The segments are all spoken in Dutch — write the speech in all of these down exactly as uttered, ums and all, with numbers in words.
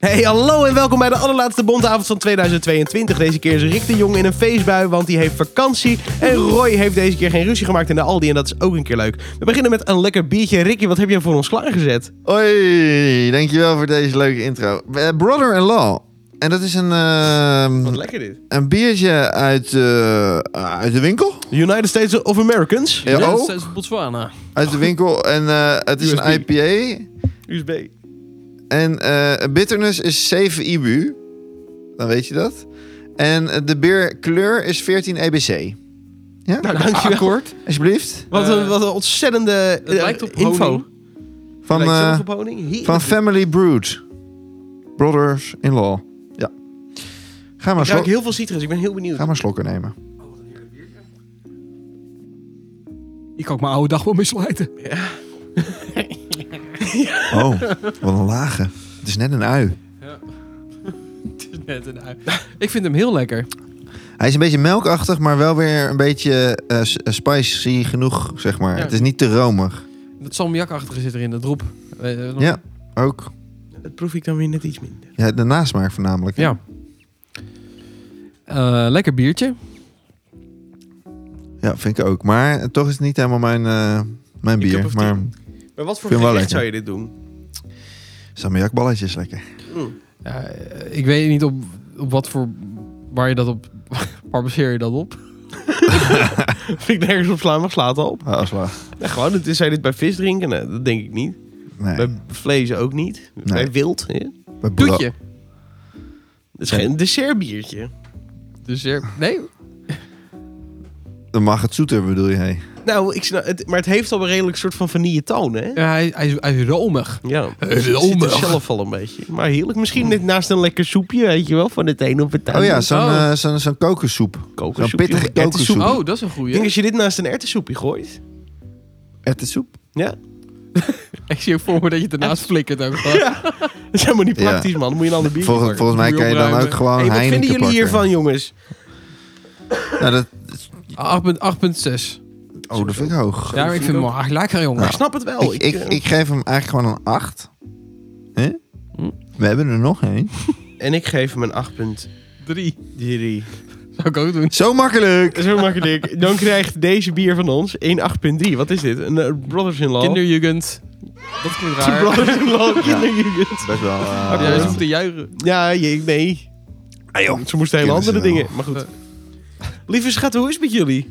Hey, hallo en welkom bij de allerlaatste Bondavond van tweeduizend tweeëntwintig. Deze keer is Rick de Jong in een feestbui, want hij heeft vakantie. En Roy heeft deze keer geen ruzie gemaakt in de Aldi en dat is ook een keer leuk. We beginnen met een lekker biertje. Ricky, wat heb jij voor ons klaargezet? Hoi, dankjewel voor deze leuke intro. Uh, Brother-in-Law. En dat is een, uh, Wat lekker dit. een biertje uit, uh, uit de winkel. United States of Americans. Ja, Ja, ook. dat is Botswana. Uit de winkel. En uh, het is U S B. een I P A. U S B. En uh, bitterness is zeven I B U. Dan weet je dat. En uh, de bierkleur is veertien E B C. Ja? Nou, dankjewel. Akkoord. Alsjeblieft. Wat een, Eh, wat een ontzettende Het uh, lijkt op info. honing. Van, Lijkt uh, zelf op honing. Heerlijk. van Family Brewed. Brothers-in-law. Ja. Ga maar, Ik ruik slok, heel veel citrus, ik ben heel benieuwd. ga maar slokken nemen. Ik kan ook mijn oude dag wel misleiden. Oh, wat een lage. Het is net een ui. Ja. Het is net een ui. Ik vind hem heel lekker. Hij is een beetje melkachtig, maar wel weer een beetje uh, spicy genoeg, zeg maar. Ja. Het is niet te romig. Dat salmiakachtige zit erin, dat drop. Eh, nog- Ja, ook. Dat proef ik dan weer net iets minder. Ja, de nasmaak voornamelijk. Ja. Uh, lekker biertje. Ja, vind ik ook. Maar toch is het niet helemaal mijn, uh, mijn Je cup bier. of Maar Maar wat voor Vind hem wel gerecht lekker. zou je dit doen? salmiakballetjes lekker. Mm. Ja, eh, ik weet niet op, op wat voor... Waar je dat op... Waar baseer je dat op? Vind ik nergens op slaan, maar slaat al op. Ah, als waar. Ja, gewoon, het is, zou je dit bij vis drinken? Nee, dat denk ik niet. Nee. Bij vlees ook niet. Bij wild. Hè? Bij bro- Toetje. Het is geen dessertbiertje. Dus er... Nee? Dan mag het zoeter, bedoel je? Hey. Nou, ik snap, het, maar het heeft al een redelijk soort van vanille toon, hè? Ja, hij, hij, is, hij is romig. Ja, Eh, het zit er romig. zelf al een beetje. Maar heerlijk. Misschien net naast een lekker soepje, weet je wel, van het een op het Oh ander. ja, zo'n Oh. uh, zo'n zo'n kokossoep. Kokossoepje zo'n pittige of erwtensoep. kokossoep. Oh, dat is een Ik goeie. denk als je dit naast een erwtensoepje gooit. Erwtensoep? Ja. Ik zie ook voor me dat je het ernaast flikkert ook gewoon. Ja. Dat is helemaal niet Ja. praktisch, man. Dan moet je een ander biertje Volgens, pakken. volgens mij Moet je kan je dan opruimen. ook gewoon Hey, wat Heineken vinden jullie pakken. hiervan, jongens? Nou, dat, acht komma zes. oh, dat vind ik hoog. Ja, maar ik vind hem wel eigenlijk lekker, jongen. Ik snap het wel. Ik, ik, eh, ik geef hem eigenlijk gewoon een acht. Hè? Hm. We hebben er nog één. En ik geef hem een acht komma Drie. drie. Zou ik ook doen. Zo makkelijk! Zo makkelijk. Dan krijgt deze bier van ons een acht komma drie. Wat is dit? Een uh, Brothers-in-Law? Kinderjugend. Dat klinkt raar. Brothers-in-Law, kinderjugend. Best wel... uh, Ja, ze moeten juichen. Ja, je, nee. Ah, joh. Ze moesten hele andere Kindersen dingen. Maar goed. Lieve schat, hoe is het met jullie?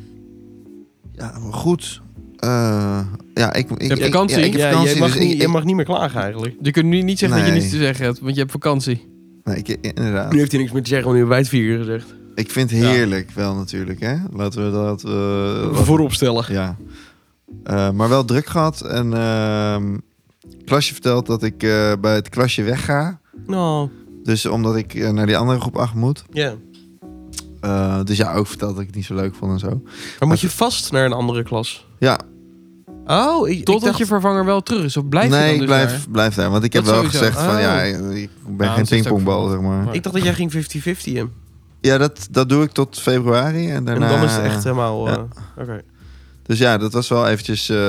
Ja, maar goed. Uh, ja, ik, ik, hebt ik- vakantie? Ja, ik heb Ja, vakantie, je, mag dus niet, ik, je ik- mag niet meer klagen eigenlijk. Je kunt nu niet zeggen dat je Nee. niets te zeggen hebt, want je hebt vakantie. nee, ik, inderdaad. Nu heeft hij niks meer te zeggen, want nu hebben wij het vier uur gezegd. Ik vind het heerlijk wel natuurlijk, hè. Laten we dat... uh, Voorop stellen. Ja. Uh, maar wel druk gehad. En uh, klasje vertelt dat ik uh, bij het klasje wegga. Nou, Dus omdat ik uh, naar die andere groep acht moet. ja. Uh, dus ja, ook verteld dat ik het niet zo leuk vond en zo. Maar moet je vast naar een andere klas? Ja, Oh, ik, ik Totdat dacht... je vervanger wel terug is. Of blijf je nee, dan ik dus blijf, daar? blijf daar. Want ik heb Dat wel sowieso. gezegd van Oh. ja, ik ben Ja, geen dat is pingpongbal, ook- zeg maar. Ik dacht dat jij ging vijftig vijftig in. Ja, dat, dat doe ik tot februari. En daarna... En dan is het echt helemaal... ja. uh, Oké. Dus ja, dat was wel eventjes... uh,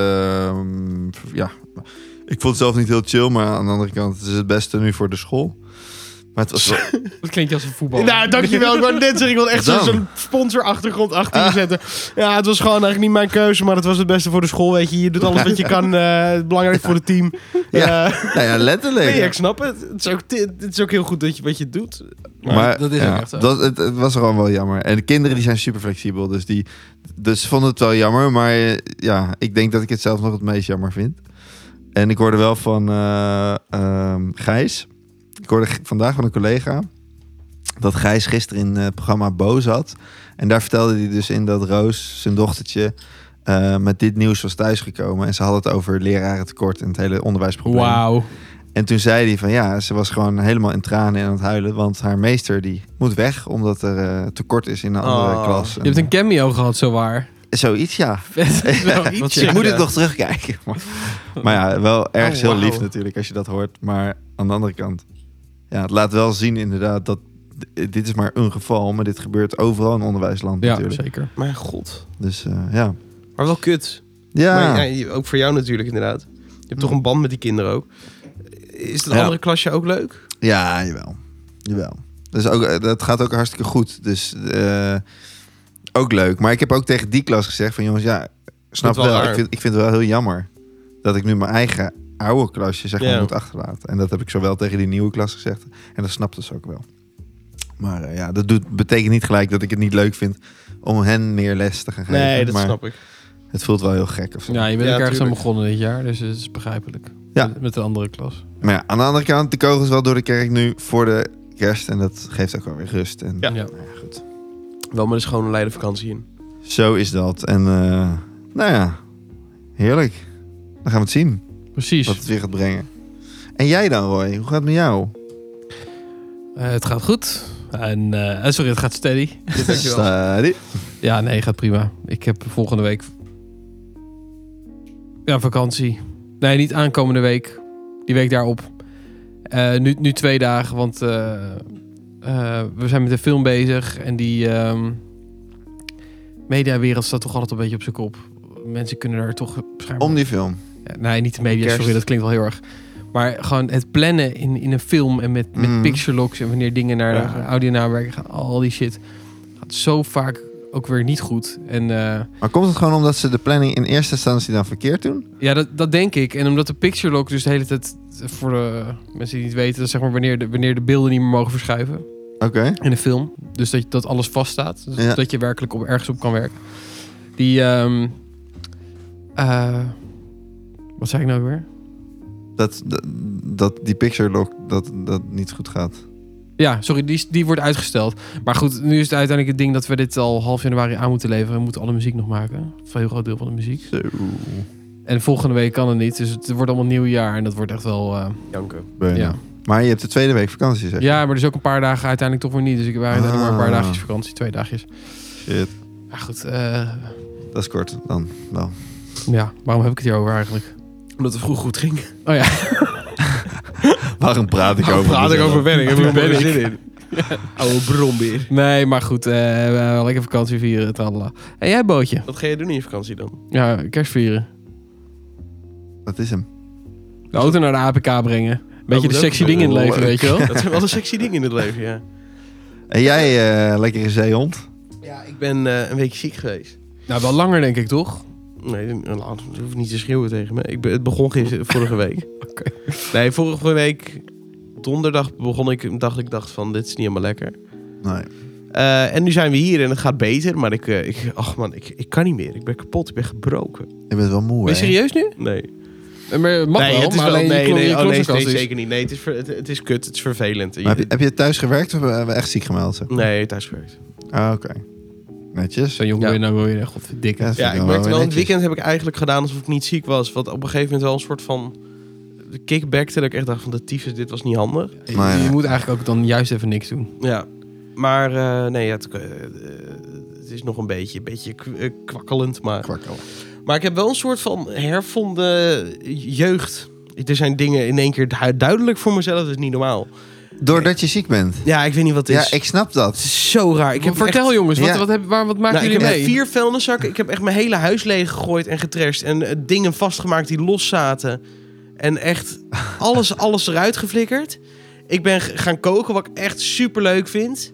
ja, ik vond het zelf niet heel chill. Maar aan de andere kant, het is het beste nu voor de school. Maar het was wel... Dat klinkt als een voetbal. Nou, dankjewel. Ik wou net zeggen, ik wil echt zo- Dan. zo'n sponsorachtergrond achter je zetten. Ja, het was gewoon eigenlijk niet mijn keuze, maar het was het beste voor de school, weet je. Je doet alles wat je kan, uh, belangrijk voor het team. Ja. Uh, nou ja, letterlijk. nee, ik snap het. Het is ook, het is ook heel goed dat je wat je doet. Maar, Maar dat is ja, ook echt zo. Dat, het, het was gewoon wel jammer. En de kinderen die zijn super flexibel. Dus die dus ze vonden het wel jammer. Maar eh, ja, ik denk dat ik het zelf nog het meest jammer vind. En ik hoorde wel van uh, um, Gijs. Ik hoorde g- vandaag van een collega dat Gijs gisteren in het programma Bo zat. En daar vertelde hij dus in dat Roos, zijn dochtertje, uh, met dit nieuws was thuisgekomen. En ze hadden het over lerarentekort en het hele onderwijsprobleem. Wauw. En toen zei hij van ja, ze was gewoon helemaal in tranen en aan het huilen. Want haar meester die moet weg, omdat er uh, tekort is in een andere Oh. klas. Je hebt een cameo gehad, zowaar. Zoiets, ja. Zoiets, Want ja. ik moet het nog terugkijken. Maar, maar ja, wel ergens Oh, heel lief wauw. natuurlijk als je dat hoort. Maar aan de andere kant, ja, het laat wel zien inderdaad dat d- dit is maar een geval. Maar dit gebeurt overal in onderwijsland Ja, natuurlijk. zeker. mijn god. Dus uh, ja. Maar wel kut. Ja, Maar, ja, ook voor jou natuurlijk inderdaad. Je hebt toch een band met die kinderen ook. Is het Ja. andere klasje ook leuk? Ja, jawel. Jawel. Dus ook, dat gaat ook hartstikke goed. Dus uh, ook leuk. Maar ik heb ook tegen die klas gezegd van jongens, ja, snap wel. wel. wel Ik vind, ik vind het wel heel jammer dat ik nu mijn eigen oude klasje zeg maar Ja. moet achterlaten. En dat heb ik zowel tegen die nieuwe klas gezegd. En dat snapte ze ook wel. Maar uh, ja, dat doet, betekent niet gelijk dat ik het niet leuk vind om hen meer les te gaan geven. Nee, dat maar snap ik. het voelt wel heel gek of zo. Ja, je bent Ja, ook ergens aan tuurlijk. begonnen dit jaar, dus het is begrijpelijk. Ja. Met, met een andere klas. Maar ja, aan de andere kant, de kogels wel door de kerk nu voor de kerst. En dat geeft ook wel weer rust. En, Ja. Ja. Nou ja, goed. Wel met een schone leidenvakantie in. Zo is dat. En uh, nou ja, heerlijk. Dan gaan we het zien Precies. wat het weer gaat brengen. En jij dan, Roy? Hoe gaat het met jou? Uh, het gaat goed. En, uh, sorry, het gaat steady. Steady. Ja, nee, gaat prima. Ik heb volgende week... Ja, vakantie. Nee, niet aankomende week. Die week daarop. Uh, nu, nu twee dagen, want uh, uh, we zijn met een film bezig. En die um, mediawereld staat toch altijd een beetje op zijn kop. Mensen kunnen daar toch... Om die film. Ja, nee, niet de media, Kerst. sorry, dat klinkt wel heel erg. Maar gewoon het plannen in, in een film en met, met Mm. picture locks en wanneer dingen naar Ja. de audio nawerken gaan, al die shit. Gaat zo vaak ook weer niet goed. En uh, Maar komt het gewoon omdat ze de planning in eerste instantie dan verkeerd doen? ja, dat, dat denk ik. En omdat de picture lock dus de hele tijd, voor de mensen die het niet weten, dat is zeg maar wanneer de, wanneer de beelden niet meer mogen verschuiven Oké. Okay. in een film. Dus dat, dat alles vaststaat. Dus Ja. dat je werkelijk op, ergens op kan werken. Die, um, uh, wat zei ik nou weer? Dat, dat, dat die picture lock dat, dat niet goed gaat. Ja, sorry, die, die wordt uitgesteld. Maar goed, nu is het uiteindelijk het ding dat we dit al half januari aan moeten leveren. We moeten alle muziek nog maken. Of een heel groot deel van de muziek. Zo. En volgende week kan het niet. Dus het wordt allemaal nieuw jaar. En dat wordt echt wel... Uh, Janken. ja. Maar je hebt de tweede week vakantie, zeg je? ja, maar er is ook een paar dagen uiteindelijk toch weer niet. Dus ik heb eigenlijk Ah. maar een paar dagjes vakantie. Twee dagjes. Shit, Ja, goed. Uh, dat is kort dan wel. ja, waarom heb ik het hier over eigenlijk? Omdat het vroeg goed ging. Oh ja. Waarom praat ik over? Praat ik over werk. Heb je er Ben wel ik. zin in? Oude brombeer. Nee, maar goed. Uh, lekker vakantie vieren. Tralala. En jij, Bootje? Wat ga je doen in je vakantie dan? Ja, kerst vieren. Dat is hem. De auto naar de A P K brengen. Beetje Oh, de dat sexy ook dingen in het wel. leven, weet je wel? Dat zijn wel de sexy dingen in het leven, ja. En jij, uh, lekkere zeehond? Ja, ik ben uh, een weekje ziek geweest. Nou, wel langer denk ik, toch? Nee, laat- je hoeft niet te schreeuwen tegen me. Ik ben, het begon gisteren, vorige week. Oké. Nee, vorige week donderdag begon ik, dacht ik, dacht van, dit is niet helemaal lekker. Nee. Uh, en nu zijn we hier en het gaat beter, maar ik, uh, ik, ach man, ik, ik kan niet meer. Ik ben kapot, ik ben gebroken. Je bent wel moe, Ben je hè? serieus nu? Nee. Eh, Maar het mag nee, wel, het is maar wel, alleen nee, je, klon, nee, je oh, nee, klonzenkast nee, is... zeker niet. Nee, het is, ver- het, het is kut, het is vervelend. Maar heb, je, heb je thuis gewerkt of hebben we echt ziek gemeld? Zeg? Nee, thuis gewerkt. Ah, oké. Netjes. Zo'n jongen Ja. wil je nou wil je, godverdikke. Ja, Ja, vind ik wel merkte weer wel, in het netjes. weekend heb ik eigenlijk gedaan alsof ik niet ziek was. Wat op een gegeven moment wel een soort van kickbackte. Dat ik echt dacht van, de tyfus, dit was niet handig. Je, Maar ja. je moet eigenlijk ook dan juist even niks doen. Ja, maar uh, nee, ja, het, uh, het is nog een beetje, een beetje k- uh, kwakkelend. Maar, Kwakkel. maar ik heb wel een soort van hervonden jeugd. Er zijn dingen in één keer du- duidelijk voor mezelf. Dat is niet normaal. Doordat je ziek bent. Ja, ik weet niet wat het is. Ja, ik snap Het dat. is zo raar. Ik heb Vertel echt... jongens, wat, Ja. wat, heb, waar, wat maken Nou, ik jullie heb mee? vier vuilniszakken. Ik heb echt mijn hele huis leeg gegooid en getrashed. En uh, dingen vastgemaakt die los zaten. En echt alles, alles eruit geflikkerd. Ik ben g- gaan koken, wat ik echt super leuk vind.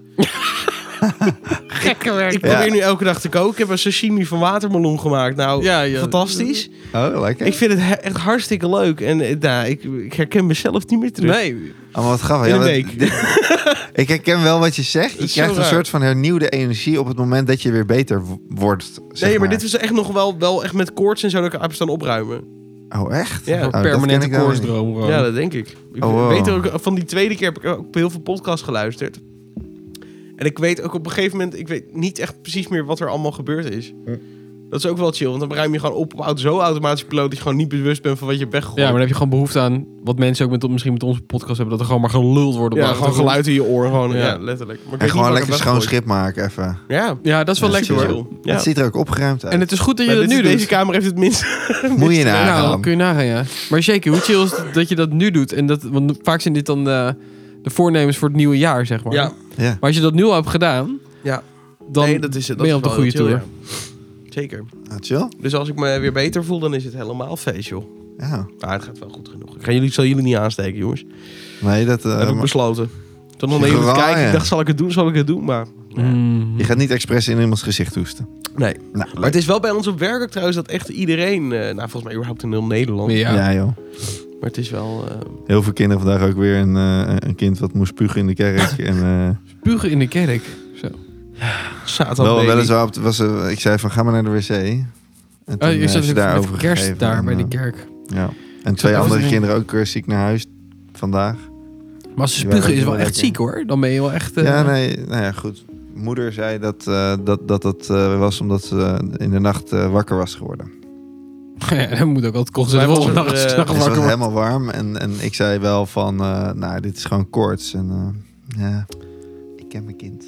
Gekke werk. Ik probeer Ja. nu elke dag te koken. Ik heb een sashimi van watermeloen gemaakt. Nou, Ja, ja. fantastisch. Oh, lekker. Ik vind het he- echt hartstikke leuk. En uh, nou, ik, ik herken mezelf niet meer terug. Nee. Oh, wat grappig. In Ja, een wat- week. dit- ik herken wel wat je zegt. Je is krijgt zo een raar. soort van hernieuwde energie op het moment dat je weer beter w- wordt. Zeg Nee, maar dit was echt nog wel, wel echt met koorts en zo dat ik heb staan opruimen. Oh, echt? Ja. Oh, dat Permanente ken ik nou niet. koortsdroom gewoon. Ja, dat denk ik. Ik Oh, wow. weet ook, van die tweede keer heb ik ook heel veel podcasts geluisterd. En ik weet ook op een gegeven moment, ik weet niet echt precies meer wat er allemaal gebeurd is. Hm. Dat is ook wel chill, want dan ruim je gewoon op op auto, zo automatisch piloot dat je gewoon niet bewust bent van wat je hebt weggegooid. Ja, maar dan heb je gewoon behoefte aan, wat mensen ook met, misschien met onze podcast hebben, dat er gewoon maar geluld wordt op Ja, de gewoon achtergrond. geluid in je oor, gewoon, ja, Ja. letterlijk. Maar ik En weet gewoon niet lekker wat ik schoon heb schip maken even. weggegooid. Ja, Ja, dat is wel Ja, lekker super hoor. chill. Ja. Het ziet er ook opgeruimd uit. En het is goed dat je Maar dat dit nu is- doet. Deze kamer heeft het minst. Moet je nagaan. Nou, kun je nagaan, ja. Maar zeker, hoe chill is het dat je dat nu doet? En dat, want vaak zijn dit dan de, de voornemens voor het nieuwe jaar, zeg maar. Ja, Ja. Maar als je dat nu al hebt gedaan, ja. dan nee, dat is het. Dat ben je is op de wel goede heel chill, toer. ja. Zeker. Ah, chill. Dus als ik me weer beter voel, dan is het helemaal feest, joh. Ja. Maar het gaat wel goed genoeg. Ik ga jullie, zal jullie niet aansteken, jongens. Nee, dat... Uh, heb ik maar... besloten. Toen nog Je even gaat, kijken. ja. Ik dacht, zal ik het doen? Zal ik het doen? Maar... Mm. Je gaat niet expres in iemands gezicht hoesten. Nee. Nou, Maar het is wel bij ons op werk ook trouwens dat echt iedereen... Uh, nou, volgens mij überhaupt in heel Nederland. Ja. Ja, joh. Maar het is wel... Uh... Heel veel kinderen vandaag ook weer een, uh, een kind wat moest spugen in de kerk. en, uh, Spugen in de kerk. Zo. Satan wel, baby. weliswaar, op de- was, uh, ik zei van ga maar naar de wc. En toen Oh, je uh, zat is ze daar daarover met kerst gegeven. daar En, bij de uh, kerk. Ja. En twee dat andere was- kinderen ook uh, ziek naar huis vandaag. Maar als ze Die waren spugen is ook wel wel echt lekker. ziek hoor. Dan ben je wel echt... Uh, Ja, nee, nou ja, goed. Moeder zei dat uh, dat, dat, dat uh, was omdat ze uh, in de nacht uh, wakker was geworden. ja, dat moet ook altijd kosten. Wij De volgende was er, dag is uh, ze nog Dus het was wakker wordt. helemaal warm. En, en ik zei wel van, uh, nou, dit is gewoon koorts. En uh, ja, ik ken mijn kind.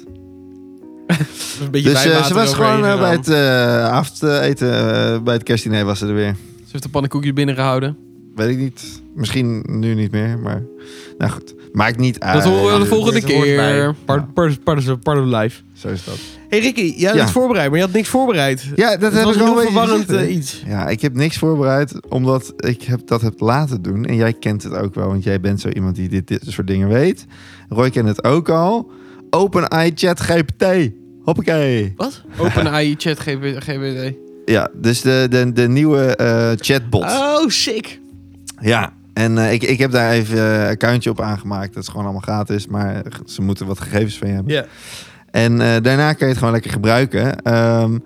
Een beetje Dus uh, wijwater ze was overheen gewoon uh, gegaan. bij het uh, avondeten, uh, bij het kerstdiner was ze er weer. Ze heeft de pannenkoekjes binnengehouden. Weet ik niet. Misschien nu niet meer, maar... Nou goed, maakt niet uit. Dat horen we de volgende Het hoort bij. keer. Part, part, part, of, part of life. Zo is dat. Hey Ricky, jij had Ja. het voorbereid, maar je had niks voorbereid. Ja, dat Het heb was ik een wel heel een beetje verwarrend gezegd, hè. uh, iets. Ja, ik heb niks voorbereid, omdat ik heb, dat heb laten doen. En jij kent het ook wel, want jij bent zo iemand die dit, dit soort dingen weet. Roy kent het ook al. OpenAI Chat G P T. Hoppakee. Wat? OpenAI chat G P T. Ja, dus de, de, de nieuwe uh, chatbot. Oh, sick. Ja, en uh, ik, ik heb daar even een uh, accountje op aangemaakt. Dat is gewoon allemaal gratis, maar ze moeten wat gegevens van je hebben. Ja. En uh, daarna kan je het gewoon lekker gebruiken. Um,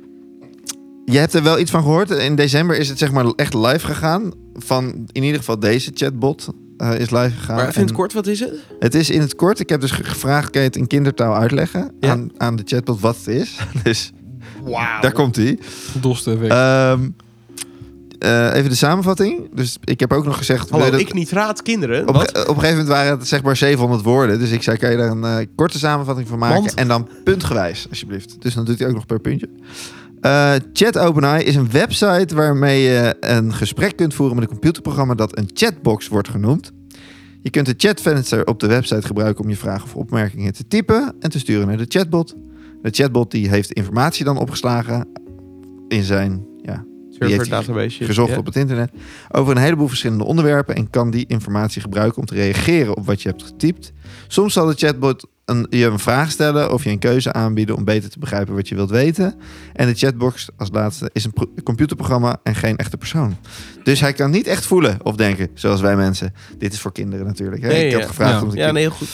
je hebt er wel iets van gehoord. In december is het zeg maar echt live gegaan. Van in ieder geval deze chatbot uh, is live gegaan. Maar even in het En kort, wat is het? het is in het kort. Ik heb dus gevraagd, kan je het in kindertaal uitleggen Ja. aan, aan de chatbot wat het is. Dus Wauw. daar komt hij. Doste week. Um, uh, even de samenvatting. Dus ik heb ook nog gezegd... Hallo, wil je dat- ik niet raad kinderen. Op, Wat? op een gegeven moment waren het zeg maar zevenhonderd woorden. Dus ik zei, kan je daar een uh, korte samenvatting van maken? Want? En dan puntgewijs, alsjeblieft. Dus dan doet hij ook nog per puntje. Uh, Chat OpenAI is een website waarmee je een gesprek kunt voeren met een computerprogramma dat een chatbox wordt genoemd. Je kunt het chatvenster op de website gebruiken om je vragen of opmerkingen te typen en te sturen naar de chatbot. De chatbot die heeft informatie dan opgeslagen in zijn... Ja, Server heeft hij database shit. gezocht Ja. op het internet over een heleboel verschillende onderwerpen en kan die informatie gebruiken om te reageren op wat je hebt getypt. Soms zal de chatbot een, je een vraag stellen of je een keuze aanbieden om beter te begrijpen wat je wilt weten. En de chatbox als laatste is een pro- computerprogramma en geen echte persoon. Dus hij kan niet echt voelen of denken zoals wij mensen. Dit is voor kinderen natuurlijk. Hè? Nee, Ik heb ja. gevraagd Ja. om te Ja, nee, heel goed.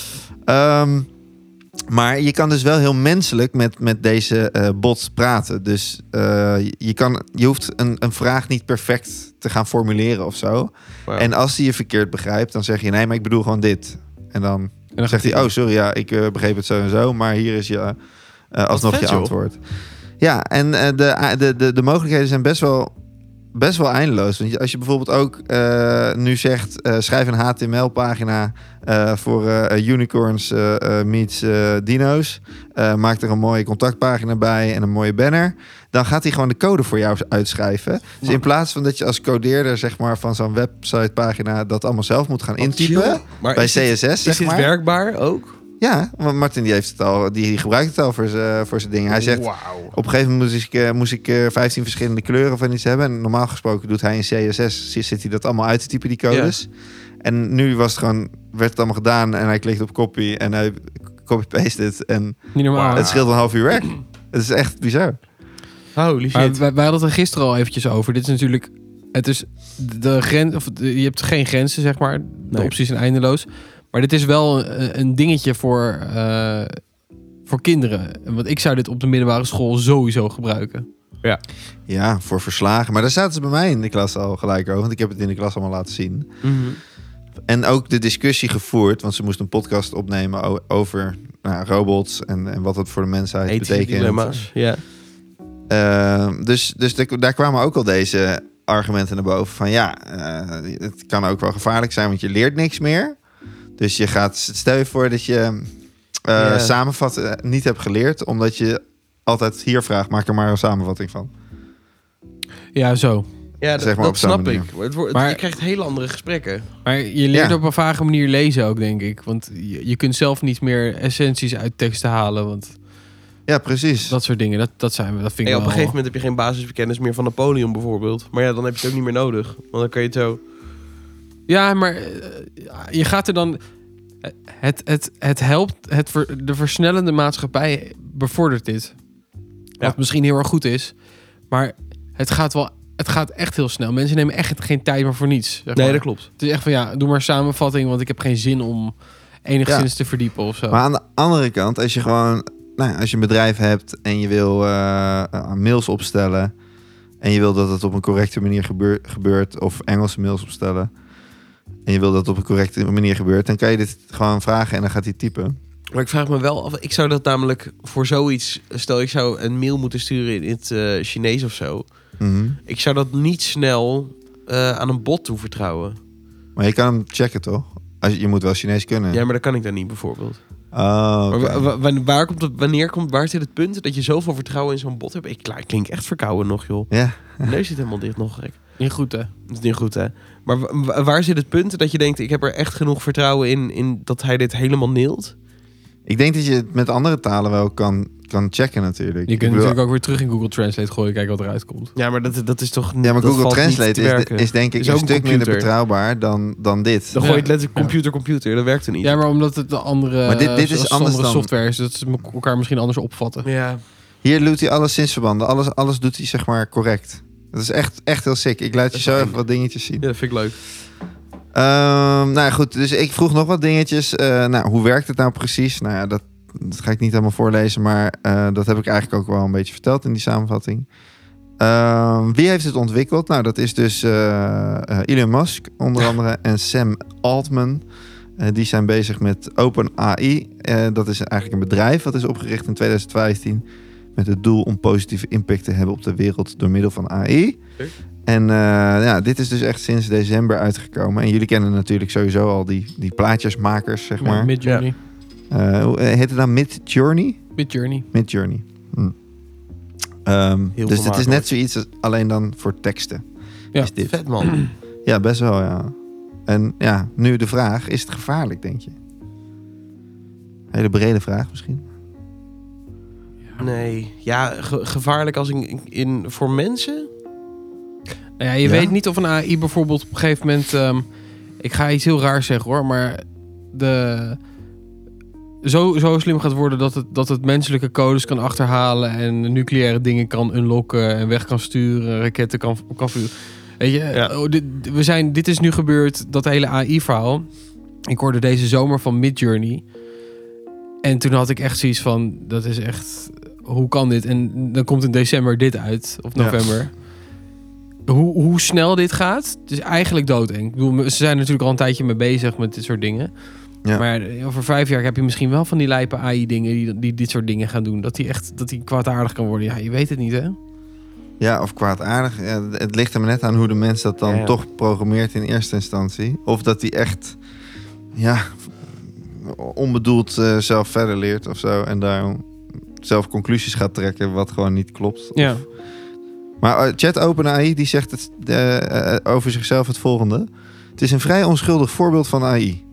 Um, maar je kan dus wel heel menselijk met, met deze uh, bot praten. Dus uh, je, kan, je hoeft een, een vraag niet perfect te gaan formuleren of zo. Wow. En als hij je verkeerd begrijpt, dan zeg je nee, maar ik bedoel gewoon dit. En dan, En dan zegt gaat hij, oh sorry, ja, ik uh, begreep het zo en zo. Maar hier is je uh, alsnog vet, je joh. antwoord. Ja, en uh, de, de, de, de mogelijkheden zijn best wel, best wel eindeloos. Want je- als je bijvoorbeeld ook uh, nu zegt, uh, schrijf een H T M L-pagina uh, voor uh, unicorns uh, uh, meets uh, dino's. Uh, maak er een mooie contactpagina bij en een mooie banner. Dan gaat hij gewoon de code voor jou uitschrijven. Dus in plaats van dat je als codeerder zeg maar, van zo'n websitepagina dat allemaal zelf moet gaan intypen. Maar Bij is C S S, dit, zeg is dit maar. werkbaar ook? Ja, want Martin die heeft het al, die, die gebruikt het al voor zijn voor zijn dingen. Hij zegt, Wauw. op een gegeven moment moest ik, uh, moest ik uh, vijftien verschillende kleuren van iets hebben. En normaal gesproken doet hij in C S S, zit zit hij dat allemaal uit te typen, die codes. En nu was het gewoon, werd het allemaal gedaan en hij klikt op copy en hij copy-paste het. En Niet normaal. Wow. het scheelt een half uur werk. Het is echt bizar. Holy Maar shit. wij, wij hadden het er gisteren al eventjes over. Dit is natuurlijk... Het is de grens... Of de- je hebt geen grenzen, zeg maar. De Nee. opties zijn eindeloos. Maar dit is wel een, een dingetje voor, uh, voor kinderen. Want ik zou dit op de middelbare school sowieso gebruiken. Ja, voor verslagen. Maar daar zaten ze bij mij in de klas al gelijk over. Want ik heb het in de klas allemaal laten zien. Mhm. En ook de discussie gevoerd. Want ze moesten een podcast opnemen o- over nou, robots. En, en wat het voor de mensheid Ethische betekent. dilemma's. Ja. Uh, dus dus daar, daar kwamen ook al deze argumenten naar boven. Van ja, uh, het kan ook wel gevaarlijk zijn. Want je leert niks meer. Dus je gaat... Stel je voor dat je uh, Ja. samenvatten niet hebt geleerd. Omdat je altijd hier vraagt. Maak er maar een samenvatting van. Ja, zo. Ja, d- Zeg maar dat op zo'n snap manier. ik. Het wordt, Maar- je krijgt hele andere gesprekken. Maar je leert Ja. op een vage manier lezen ook, denk ik. Want je, je kunt zelf niet meer essenties uit teksten halen. Want Ja, precies. Dat soort dingen, dat, dat, zijn we, dat vind ik Hey, op wel... een gegeven moment heb je geen basiskennis meer van Napoleon bijvoorbeeld. Maar ja, dan heb je het ook niet meer nodig. Want dan kan je het zo... Ja, maar uh, je gaat er dan... Het, het, het helpt, het ver, de versnellende maatschappij bevordert dit. Wat Ja. misschien heel erg goed is. Maar het gaat wel... Het gaat echt heel snel. Mensen nemen echt geen tijd meer voor niets. Zeg Nee, maar. dat klopt. Het is echt van ja, doe maar samenvatting, want ik heb geen zin om enigszins Ja. te verdiepen of zo. Maar aan de andere kant, als je gewoon, nou, ja, als je een bedrijf hebt en je wil uh, uh, mails opstellen en je wil dat het op een correcte manier gebeur, gebeurt, of Engelse mails opstellen en je wil dat het op een correcte manier gebeurt, dan kan je dit gewoon vragen en dan gaat hij typen. Maar ik vraag me wel af... Ik zou dat namelijk voor zoiets... Stel, ik zou een mail moeten sturen in het uh, Chinees of zo. Mm-hmm. Ik zou dat niet snel uh, aan een bot toevertrouwen. Maar je kan hem checken, toch? Als je, je moet wel Chinees kunnen. Ja, maar dat kan ik dan niet bijvoorbeeld. Oh, okay. Maar wa- wa- waar, komt het, wanneer komt, waar zit het punt dat je zoveel vertrouwen in zo'n bot hebt? Ik, ik klink echt verkouden nog, joh. Ja. Mijn neus zit helemaal dicht nog, gek. Niet goed, hè? Dat is niet goed, hè? Maar wa- waar zit het punt dat je denkt... ik heb er echt genoeg vertrouwen in, in dat hij dit helemaal neelt? Ik denk dat je het met andere talen wel kan, kan checken natuurlijk. Je Ik kunt bedoel- natuurlijk ook weer terug in Google Translate gooien, kijken wat eruit komt. Ja, maar dat, dat is toch... Ja, maar dat Google valt niet Translate te is, werken. is denk ik Is een ook stuk een minder computer. betrouwbaar dan, dan dit. Dan Ja. gooi je het letterlijk Ja. computer, computer. Dat werkt er niet. Ja, maar omdat het de andere, Maar dit- dit is zoals anders andere dan- software is, dat ze elkaar misschien anders opvatten. Ja. Hier doet hij alle zinsverbanden. Alles, alles doet hij zeg maar correct. Dat is echt, echt heel sick. Ik laat je Dat is zo wel even eng. wat dingetjes zien. Ja, dat vind ik leuk. Ehm, nou ja, goed, dus ik vroeg nog wat dingetjes. Uh, nou, hoe werkt het nou precies? Nou ja, dat, dat ga ik niet helemaal voorlezen, maar uh, dat heb ik eigenlijk ook wel een beetje verteld in die samenvatting. Ehm, wie heeft het ontwikkeld? Nou, dat is dus uh, uh, Elon Musk onder andere en Sam Altman. Uh, die zijn bezig met OpenAI. Uh, dat is eigenlijk een bedrijf dat is opgericht in twintig vijftien met het doel om positieve impact te hebben op de wereld door middel van A I. Okay. En uh, ja, dit is dus echt sinds december uitgekomen. En jullie kennen natuurlijk sowieso al die, die plaatjesmakers, zeg maar. Ja, Midjourney. Uh, hoe- heet het dan Midjourney? Midjourney. Midjourney. Hm. Um, Heel dus het is vermakelijk. net zoiets als alleen dan voor teksten. Ja. Is dit. Vet, man. Ja, best wel, ja. En ja, nu de vraag, is het gevaarlijk, denk je? Hele brede vraag misschien. Nee. Ja, ge- gevaarlijk als in, in voor mensen? Nou ja, je Ja? weet niet of een A I bijvoorbeeld op een gegeven moment... Um, ik ga iets heel raars zeggen hoor, maar de... Zo, zo slim gaat worden dat het, dat het menselijke codes kan achterhalen en nucleaire dingen kan unlocken en weg kan sturen, raketten kan, kan vuren. Weet je, Ja. oh, dit, we zijn, dit is nu gebeurd, dat hele A I-verhaal. Ik hoorde deze zomer van Midjourney. En toen had ik echt zoiets van, dat is echt, hoe kan dit? En dan komt in december dit uit, of Ja. november. Hoe, hoe snel dit gaat, het is eigenlijk doodeng. Ik bedoel, ze zijn natuurlijk al een tijdje mee bezig met dit soort dingen. Ja. Maar over vijf jaar heb je misschien wel van die lijpe A I-dingen die, die dit soort dingen gaan doen. Dat die echt dat die kwaadaardig kan worden. Ja, je weet het niet, hè? Ja, of kwaadaardig. Ja, het ligt er maar net aan hoe de mens dat dan Ja, ja. toch programmeert in eerste instantie. Of dat hij echt, ja, onbedoeld uh, zelf verder leert of zo. En daar zelf conclusies gaat trekken wat gewoon niet klopt. Ja. Of... Maar uh, Chat OpenAI die zegt het, uh, uh, over zichzelf het volgende. Het is een vrij onschuldig voorbeeld van A I.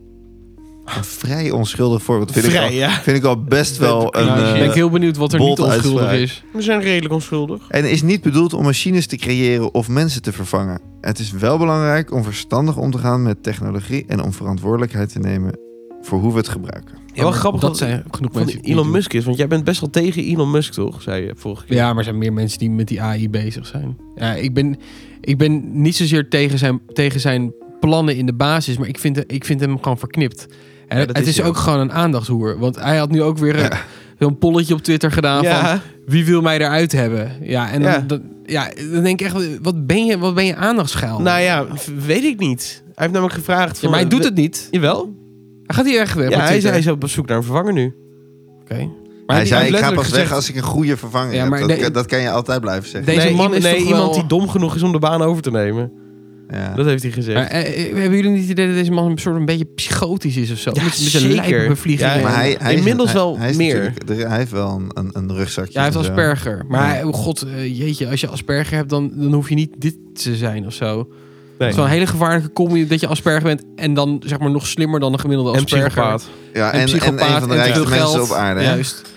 Een vrij onschuldig voorbeeld. Vind, Vrij, ik, al, ja. vind ik al best wel een... Nou, uh, ben ik heel benieuwd wat er niet bold onschuldig uitspraak. is. We zijn redelijk onschuldig. En is niet bedoeld om machines te creëren of mensen te vervangen. Het is wel belangrijk om verstandig om te gaan met technologie en om verantwoordelijkheid te nemen voor hoe we het gebruiken. Ja, wel grappig dat dat zijn genoeg van mensen. die Elon het Musk is. Want jij bent best wel tegen Elon Musk, toch? Zei je vorige doen. keer. Ja, maar er zijn meer mensen die met die A I bezig zijn. Ja, ik ben, ik ben niet zozeer tegen zijn, tegen zijn plannen in de basis, maar ik vind, ik vind hem gewoon verknipt. En Ja, dat het is is hij ook ook. gewoon een aandachtshoer. Want hij had nu ook weer een, zo'n polletje op Twitter gedaan van Ja. wie wil mij eruit hebben? Ja, en dan, Ja. dan, ja, dan denk ik echt, wat ben je, wat ben je aandachtsgeil? Nou ja, v- weet ik niet. Hij heeft namelijk gevraagd... ja, Van, maar hij doet het niet. Jawel. Hij gaat hier echt weg. Ja, op hij, is, Twitter. hij is op zoek naar een vervanger nu. Oké. hij die- zei, heeft ik ga letterlijk pas weg gezegd- als ik een goede vervanger Ja, heb. maar Dat, nee- dat kan je altijd blijven zeggen. Deze nee, man i- is nee, toch iemand wel- die dom genoeg is om de baan over te nemen. Ja. Dat heeft hij gezegd. Maar, eh, eh, hebben jullie niet het idee dat deze man een soort een beetje psychotisch is of zo? Ja, met, met een zeker. lijpe bevlieging. Ja, Maar hij, hij is- Inmiddels hij- wel hij is meer. natuurlijk- er- Hij heeft wel een, een, een rugzakje. Ja, hij heeft en zo. Asperger. Maar Ja. hij- oh god, eh, jeetje, als je Asperger hebt, dan, dan hoef je niet dit te zijn of zo. Het Nee. is wel een hele gevaarlijke combi dat je Asperger bent en dan zeg maar nog slimmer dan een gemiddelde En Asperger. psychopaat. Ja, En en, en psychopaat een van de en te rijkste veel mensen geld. op aarde. hè? Juist.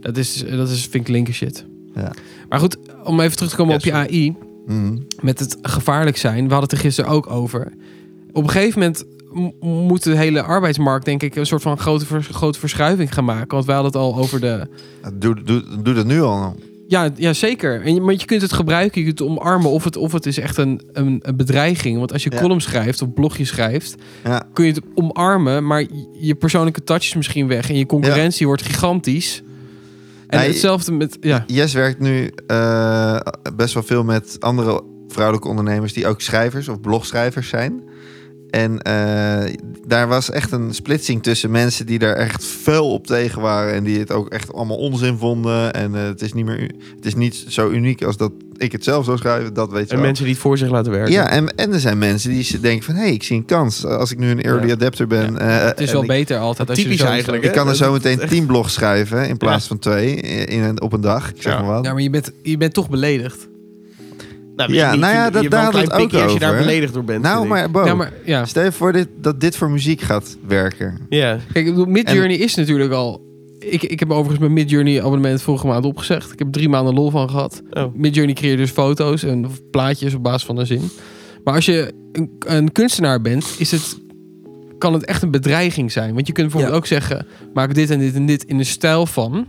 Dat is, dat is vind ik linker shit. Ja. Maar goed, om even terug te komen Ja, op je sorry. A I. Mm. Met het gevaarlijk zijn. We hadden het er gisteren ook over. Op een gegeven moment m- moet de hele arbeidsmarkt, denk ik, een soort van grote, vers- grote verschuiving gaan maken. Want wij hadden het al over de... Doe, doe, doe dat nu al. Ja, ja zeker. En je, maar je kunt het gebruiken, je kunt het omarmen of het, of het is echt een, een, een bedreiging. Want als je Ja. column schrijft of blogje schrijft, Ja. kun je het omarmen, maar je persoonlijke touch is misschien weg en je concurrentie wordt gigantisch. En Nee, hetzelfde met... Ja, Jess werkt nu uh, best wel veel met andere vrouwelijke ondernemers die ook schrijvers of blogschrijvers zijn. En uh, daar was echt een splitsing tussen mensen die daar echt fel op tegen waren en die het ook echt allemaal onzin vonden. En uh, het is niet meer, het is niet zo uniek als dat ik het zelf zou schrijven. Dat weet je En wel. mensen die het voor zich laten werken. Ja, en, en er zijn mensen die denken van, hé, hey, ik zie een kans. Als ik nu een early Ja. adapter ben. ja. Uh, Het is en wel ik, beter altijd. Als Typisch je er zo eigenlijk, ik hè? kan er Dat- zo dat- meteen echt- tien blogs schrijven in plaats Ja. van twee in een, op een dag. Ik zeg Ja. maar wat. Ja, maar je bent, je bent toch beledigd. Nou, Ja, niet, nou ja, je dat- hebt daar wel een hadden we klein het pikje ook als je daar over. beledigd door bent. Nou, vind ik. maar Bo, Ja, maar ja. stel je voor dit, dat dit voor muziek gaat werken. Ja. Kijk, ik bedoel, Midjourney is natuurlijk al... Ik, ik heb overigens mijn Midjourney abonnement vorige maand opgezegd. Ik heb er drie maanden lol van gehad. Oh. Midjourney creëert dus foto's en plaatjes op basis van een zin. Maar als je een, een kunstenaar bent, is het, kan het echt een bedreiging zijn. Want je kunt bijvoorbeeld Ja. ook zeggen, maak dit en dit en dit in de stijl van...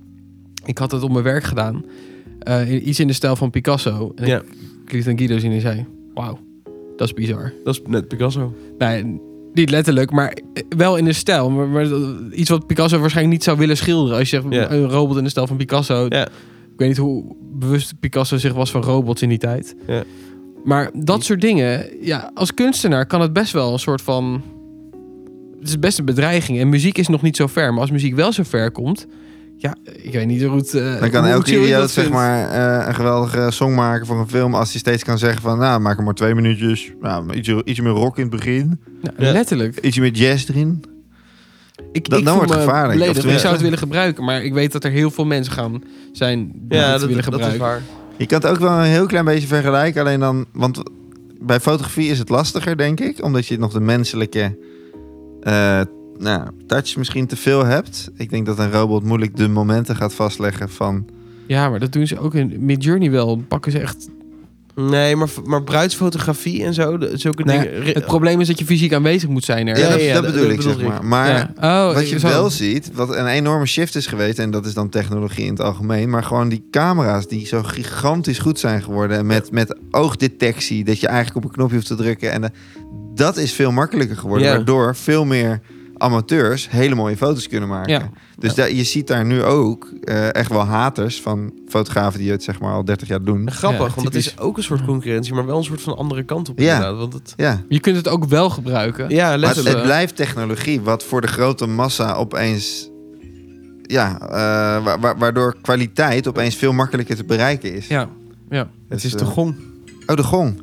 Ik had het op mijn werk gedaan. Uh, in- iets in de stijl van Picasso. En Ja. ik, ik liet aan Guido zien en zei, wauw, dat is bizar. Dat is net Picasso. Nee, niet letterlijk, maar wel in de stijl. Maar, maar iets wat Picasso waarschijnlijk niet zou willen schilderen. Als je zegt, Ja. een robot in de stijl van Picasso. Ja. Ik weet niet hoe bewust Picasso zich was van robots in die tijd. Ja. Maar dat soort dingen, ja, als kunstenaar kan het best wel een soort van... Het is best een bedreiging. En muziek is nog niet zo ver. Maar als muziek wel zo ver komt... Ja, ik weet niet hoe het... Uh, Dan kan hoe elke chill ik idioot dat zeg vind. maar uh, een geweldige song maken voor een film. Als hij steeds kan zeggen van, nou, maak er maar twee minuutjes. Nou, ietsje, ietsje meer rock in het begin. Ja, Ja. Letterlijk. Ietsje meer jazz erin. Ik, Dan- ik dan voel wordt het me gevaarlijk. beledigd. Of Ik tenminste- zou het willen gebruiken. Maar ik weet dat er heel veel mensen gaan zijn die Ja, het dat, willen dat gebruiken. is waar. Je kan het ook wel een heel klein beetje vergelijken. Alleen dan, want bij fotografie is het lastiger, denk ik. Omdat je nog de menselijke uh, nou, touch misschien te veel hebt. Ik denk dat een robot moeilijk de momenten gaat vastleggen van... Ja, maar dat doen ze ook in Midjourney wel. Dan pakken ze echt... Nee, maar, maar bruidsfotografie en zo, de- zulke Nee, dingen... het probleem is dat je fysiek aanwezig moet zijn er. Ja, Ja, dat, ja, dat dat- bedoel dat ik, bedoel zeg ik. maar. Maar Ja. Oh, wat je zo. wel ziet, wat een enorme shift is geweest... en dat is dan technologie in het algemeen... maar gewoon die camera's die zo gigantisch goed zijn geworden... met, met oogdetectie, dat je eigenlijk op een knopje hoeft te drukken... en uh, dat is veel makkelijker geworden... Ja. waardoor veel meer amateurs hele mooie foto's kunnen maken. Ja. Dus Ja. da- je ziet daar nu ook uh, echt wel haters van fotografen... die het zeg maar al dertig jaar doen. Grappig, Ja, want het is typisch. ook een soort concurrentie, maar wel een soort van andere kant op. Ja. inderdaad, Want het, Ja, Je kunt het ook wel gebruiken. ja, maar letterlijk. het blijft technologie... wat voor de grote massa opeens... Ja, uh, wa- wa- waardoor kwaliteit opeens veel makkelijker te bereiken is. Ja. ja. Het is Dus, de uh, gong. Oh, de gong.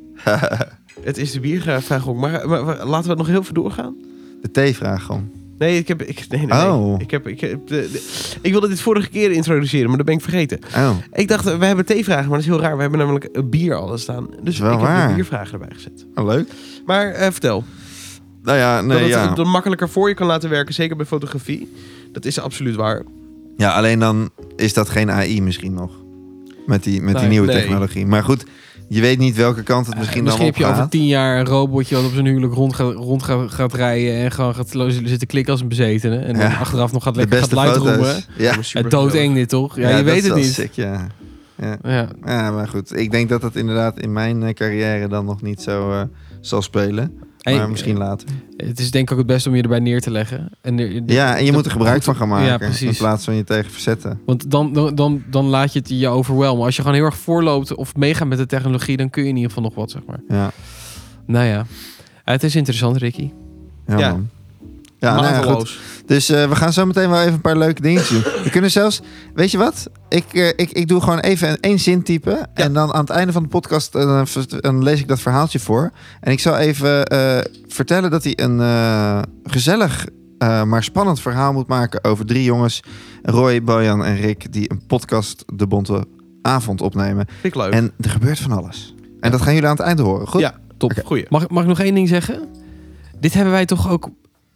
Het is de biervraag-gong. Maar, maar, maar laten we het nog heel veel doorgaan? De theevraag gewoon. Nee, ik heb... Ik, nee, nee, nee. Oh. Ik, heb, ik, heb, de, de- ik wilde dit vorige keer introduceren, maar dat ben ik vergeten. Oh, Ik dacht, we hebben theevragen, maar dat is heel raar. We hebben namelijk een bier al staan. Dus Wel ik heb waar. de biervragen erbij gezet. oh leuk. Maar eh, vertel. Nou ja, nee, dat het ja. het makkelijker voor je kan laten werken, zeker bij fotografie. Dat is absoluut waar. ja, alleen dan is dat geen A I misschien nog. Met die, met die Nee, nieuwe nee. technologie. Maar goed, je weet niet welke kant het misschien, Misschien dan heb je over opgaat. tien jaar een robotje wat op zijn huwelijk rond gaat, rond gaat, gaat rijden en gewoon gaat lo- zitten klikken als een bezetene. En dan Ja. achteraf nog gaat De lekker gaat beste lightroomen. foto's. Ja, Maar super Het doodeng dit toch? Ja, je dat weet is het wel niet. sick, ja. Ja. Ja. ja, maar goed. Ik denk dat het inderdaad in mijn eh, carrière dan nog niet zo uh, zal spelen. En- Maar misschien later. Het is denk ik ook het beste om je erbij neer te leggen. En er, Ja, en je dat- moet er gebruik goed- van gaan maken. Ja, precies. In plaats van je tegen verzetten. Want dan, dan, dan, dan laat je het je overwhelmen. Als je gewoon heel erg voorloopt of meegaat met de technologie, dan kun je in ieder geval nog wat, zeg maar. Ja, Nou ja, het is interessant, Ricky. ja, Ja. man. Ja, nou ja, goed. Mateloos. Dus uh, we gaan zo meteen wel even een paar leuke dingetjes doen. We kunnen zelfs... Weet je wat? Ik, uh, ik, ik doe gewoon even een, één zin typen. En dan aan het einde van de podcast uh, dan lees ik dat verhaaltje voor. En ik zal even uh, vertellen dat hij een uh, gezellig, uh, maar spannend verhaal moet maken over drie jongens. Roy, Bojan en Rick, die een podcast De Bonte Avond opnemen. Vind ik leuk. En er gebeurt van alles. En dat gaan jullie aan het eind horen. Goed? Ja, Top. Goeie. Mag, mag ik nog één ding zeggen? Dit hebben wij toch ook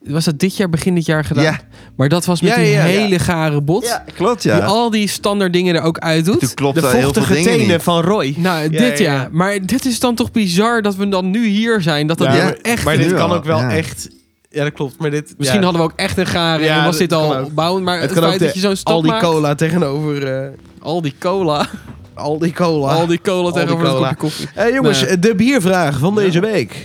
Was dat dit jaar, begin dit jaar gedaan? Ja. Maar dat was met Ja, die ja, ja. hele gare bot. Ja, klopt, ja. Die al die standaard dingen er ook uit doet. Toen klopte De heel veel vochtige dingen tenen niet. van Roy. Nou, Ja, dit ja, ja, ja. Maar dit is dan toch bizar dat we dan nu hier zijn. Dat dat Ja, dan maar, echt... maar dit nu kan al, ook wel ja. echt... Ja, dat klopt. Maar dit... Misschien ja, hadden we ook echt een gare Ja, en was dat dit al kan ook. opbouwend. Maar het, het kan feit ook dat de, je zo'n stap al die maakt... cola tegenover... eh, Al die cola. al die cola. Al die cola Al die tegenover een cola. kopje koffie. Eh, jongens, Nee. de biervraag van deze week.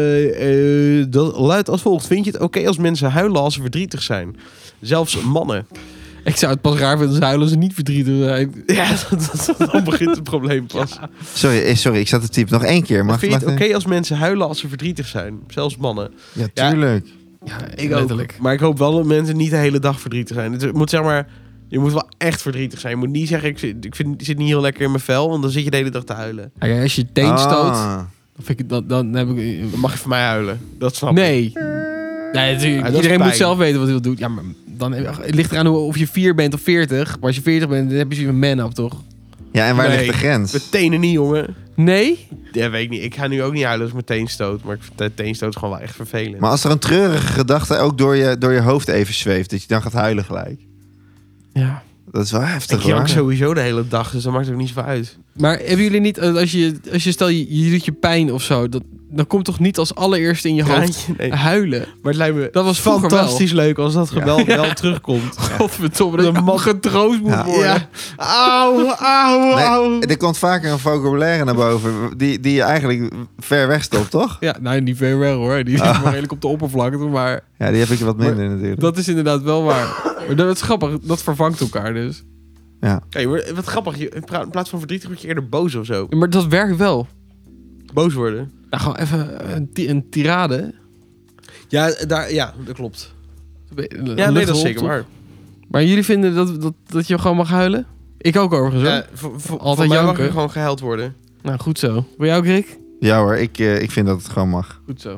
Eh, eh, dat luidt als volgt. Vind je het oké als mensen huilen als ze verdrietig zijn? Zelfs mannen. Ik zou het pas raar vinden als huilen als ze niet verdrietig zijn. Ja, dat, dat, dan begint het probleem pas. Sorry, eh, sorry, ik zat te typen. Nog één keer. Mag, Vind je het mag- oké als mensen huilen als ze verdrietig zijn? Zelfs mannen. Ja, Ja. tuurlijk. Ja, Ik letterlijk. ook. Maar ik hoop wel dat mensen niet de hele dag verdrietig zijn. Het moet zeg maar... Je moet wel echt verdrietig zijn. Je moet niet zeggen, ik, zit, ik, vind, ik zit niet heel lekker in mijn vel, want dan zit je de hele dag te huilen. Ja, kijk, als je je teen stoot, Ah. dan, vind ik, dan, dan heb ik... Dan mag je van mij huilen. Dat snap ik. Nee. Nee, natuurlijk. Ja, dat is Iedereen pijn. moet zelf weten wat hij wil doen. Ja, maar dan, het ligt eraan hoe- of je vier bent of veertig. Maar als je veertig bent, dan heb je zo'n man-up, toch? Ja, en waar Nee. ligt de grens? Mijn tenen niet, jongen. Nee? Ja, weet ik niet. Ik ga nu ook niet huilen als ik mijn teen stoot. Maar ik vind de teenstoot gewoon wel echt vervelend. Maar als er een treurige gedachte ook door je, door je hoofd even zweeft, dat je dan gaat huilen gelijk. Ja. Dat is wel heftig, ik jank hoor. sowieso de hele dag, dus dat maakt ook niet zoveel uit. Maar hebben jullie niet, eh, als je, als je stel je, je doet je pijn of zo, dat, dan komt toch niet als allereerste in je hoofd Traantje, nee. huilen? Maar het lijkt me Dat was vroeger wel. fantastisch leuk als dat geweld wel terugkomt. Godverdomme, dat De je man- getroost moet Ja. worden. Ja. Auw, auw, auw. Nee, er komt vaker een vocabulaire naar boven die, die je eigenlijk ver weg stopt, toch? Ja, nou niet ver weg hoor. Die is Ah. maar redelijk op de oppervlakte. Maar Ja, die heb ik wat minder natuurlijk. dat is inderdaad wel waar. Maar dat is grappig. Dat vervangt elkaar dus. Ja. Kijk, maar wat grappig. Je, in pra- in plaats van verdrietig word je eerder boos of zo. Ja, maar dat werkt wel. Boos worden. Nou, gewoon even een, ti- een tirade. Ja, daar, ja, dat klopt. Een Ja, nee, dat luchtrol, is zeker toch? waar. Maar jullie vinden dat, dat, dat je gewoon mag huilen? Ik ook overigens hoor. Ja, voor, voor, Altijd voor mij mag janken. er gewoon gehuild worden. Nou, goed zo. Wil jij ook, Rick? Ja hoor, ik, eh, ik vind dat het gewoon mag. Goed zo.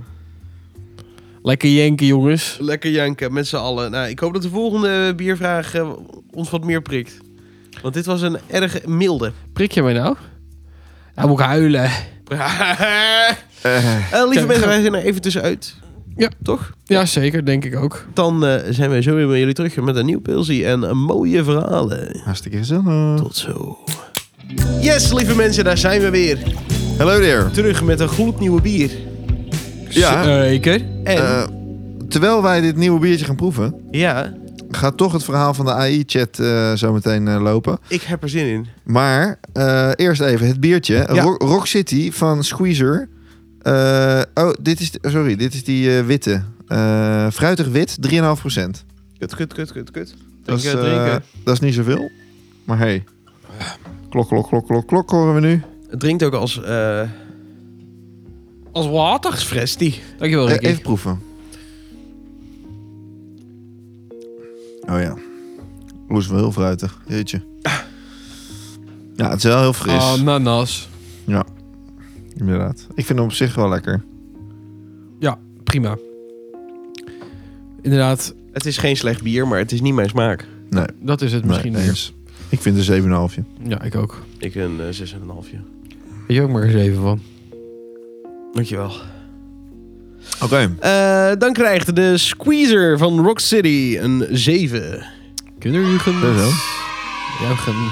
Lekker jenken, jongens. Lekker janken, met z'n allen. Nou, ik hoop dat de volgende biervraag eh, ons wat meer prikt. Want dit was een erg milde. Prik je mij nou? Nou moet ik huilen. Eh, Eh, lieve Kijk, mensen, ga- wij zijn er even tussenuit. Ja. Toch? Ja, zeker. Denk ik ook. Dan eh, zijn wij zo weer bij jullie terug met een nieuw pilsie en een mooie verhalen. hartstikke gezellig. Tot zo. Yes, lieve mensen, daar zijn we weer. Hello there. Terug met een gloednieuwe bier. Ja, Zeker. En, eh, terwijl wij dit nieuwe biertje gaan proeven, ja, gaat toch het verhaal van de A I-chat eh zo meteen eh, lopen. ik heb er zin in. Maar eh, eerst even het biertje. Ja. Rock, Rock City van Squeezer. Eh, oh, dit is, sorry, dit is die eh, witte. Eh, fruitig wit, drie komma vijf procent. Kut, kut, kut, kut, kut. Dat is, Drinken, eh, drinken. dat is niet zoveel. Maar hey. Klok, klok, klok, klok, klok horen we nu. Het drinkt ook als, eh Als water. als Fresti. Dankjewel, Eh, Ricky. even proeven. Oh ja. Oeh, is wel heel fruitig. Jeetje. Ja, het is wel heel fris. Ananas. Inderdaad. Ik vind hem op zich wel lekker. Prima. Inderdaad, Het is geen slecht bier, maar het is niet mijn smaak. Nee, dat is het misschien nee, meer. eens. Ik vind een zeven komma vijf. Ja, ik ook. Ik een uh, zes komma vijf. Weet je ook maar eens even van. Dankjewel. Oké. Eh dan krijgt de Squeezer van Rock City een zeven. Kinderjugend. Dat wel. Jugend.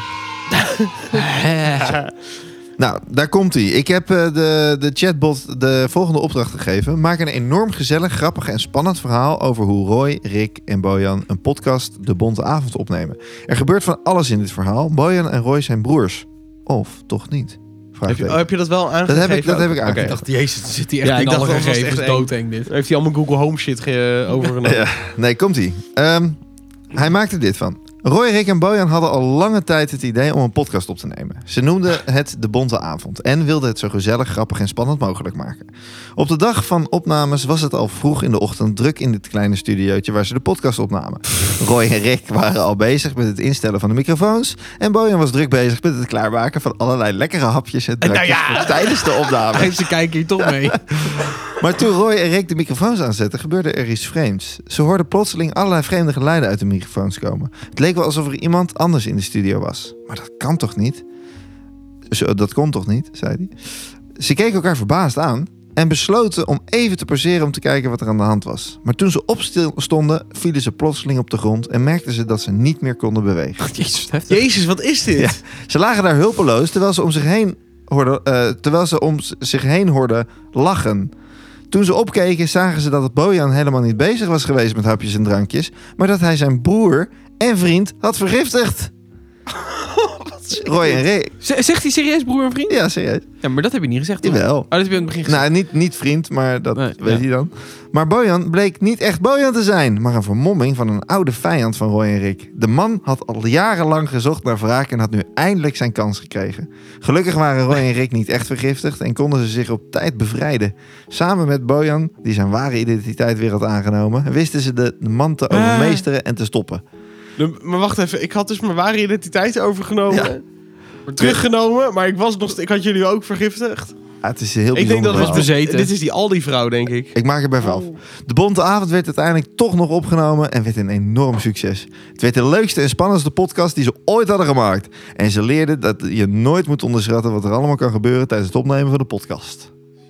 Nou, daar komt hij. Ik heb eh, de, de chatbot de volgende opdracht gegeven. Maak een enorm gezellig, grappig en spannend verhaal over hoe Roy, Rick en Bojan een podcast De Bonte Avond opnemen. Er gebeurt van alles in dit verhaal. Bojan en Roy zijn broers. Of toch niet? Heb je, Vraagteken. oh, heb je dat wel aangegeven? Dat heb ik- dat heb ik Oké. aangegeven. Ik dacht, jezus, zit hij echt Ja, in ik dacht alle wel, dat was gegevens. echt eng. Doodeng dit. Heeft hij allemaal Google Home shit ge- overgenomen? Ja, nee, komt ie. Ehm, hij maakte dit van. Roy, Rick en Bojan hadden al lange tijd het idee om een podcast op te nemen. Ze noemden het De Bonte Avond en wilden het zo gezellig, grappig en spannend mogelijk maken. Op de dag van opnames was het al vroeg in de ochtend druk in dit kleine studiootje waar ze de podcast opnamen. Roy en Rick waren al bezig met het instellen van de microfoons en Bojan was druk bezig met het klaarmaken van allerlei lekkere hapjes en drankjes Nou ja. voor tijdens de opname. Geef ze kijken hier toch mee. Maar toen Roy en Rick de microfoons aanzetten, gebeurde er iets vreemds. Ze hoorden plotseling allerlei vreemde geluiden uit de microfoons komen. Het leek wel alsof er iemand anders in de studio was. Maar dat kan toch niet? Zo, dat kon toch niet, zei hij. Ze keken elkaar verbaasd aan. en besloten om even te pauzeren om te kijken wat er aan de hand was. Maar toen ze opstonden, vielen ze plotseling op de grond en merkten ze dat ze niet meer konden bewegen. Jezus, heftig. Jezus, wat is dit? Ja. Ze lagen daar hulpeloos terwijl ze om zich heen hoorden, uh, terwijl ze om zich heen hoorden lachen. Toen ze opkeken, zagen ze dat het Bojan helemaal niet bezig was geweest met hapjes en drankjes, maar dat hij zijn broer en vriend had vergiftigd. Roy en Rick. Z- zegt hij serieus broer en vriend? Ja, serieus. Ja, maar dat heb je niet gezegd. Toch? Jawel. Oh, dat heb je aan het begin gezegd. Nou, niet, niet vriend, maar dat Nee, weet ja. hij dan. Maar Bojan bleek niet echt Bojan te zijn, maar een vermomming van een oude vijand van Roy en Rick. De man had al jarenlang gezocht naar wraak en had nu eindelijk zijn kans gekregen. Gelukkig waren Roy en Rick niet echt vergiftigd en konden ze zich op tijd bevrijden. Samen met Bojan, die zijn ware identiteit weer had aangenomen, wisten ze de, de man te overmeesteren en te stoppen. De- maar wacht even, ik had dus mijn ware identiteit overgenomen. Ja. Teruggenomen, maar ik, was nog, st- ik had jullie ook vergiftigd. Ja, het is een heel Ik denk dat bijzonder was verhaal. bezeten. Dit is die Aldi-vrouw, denk ik. Ik maak het bij Valve. De Bonte Avond werd uiteindelijk toch nog opgenomen en werd een enorm succes. Het werd de leukste en spannendste podcast die ze ooit hadden gemaakt. En ze leerden dat je nooit moet onderschatten wat er allemaal kan gebeuren tijdens het opnemen van de podcast.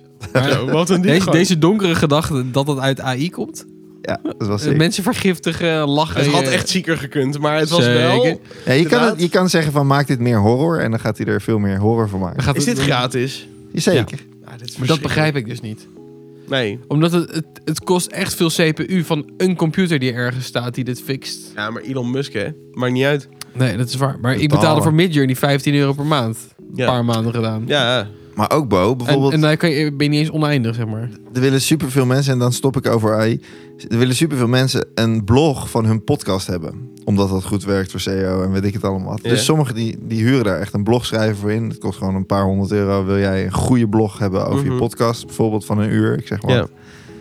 Zo, wat een Deze, diepgang. deze donkere gedachte dat het uit A I komt. Ja, dat was Uh, sick. Mensen vergiftigen, lachen. Het had je- echt zieker gekund, maar het was Zeker. wel... Ja, je, kan inderdaad. het, je kan zeggen van maak dit meer horror en dan gaat hij er veel meer horror van maken. Dan gaat Is het- dit gratis? Zeker. Ja, dit is Maar dat begrijp ik dus niet. Nee. Omdat het, het, het kost echt veel C P U van een computer die ergens staat die dit fixt. Ja, maar Elon Musk, hè? Maakt niet uit. Nee, dat is waar. Maar ik Betalen. betaalde voor Midjourney vijftien euro per maand. Een Ja. paar maanden gedaan. Ja, Maar ook Bo, En, bijvoorbeeld, en dan kan je, ben je niet eens oneindig, zeg maar. er willen superveel mensen, en dan stop ik over A I, er willen superveel mensen een blog van hun podcast hebben. Omdat dat goed werkt voor S E O en weet ik het allemaal. Ja. Dus sommigen die, die huren daar echt een blogschrijver voor in. Het kost gewoon een paar honderd euro. Wil jij een goede blog hebben over Mhm. je podcast, bijvoorbeeld van een uur, ik zeg maar. ja.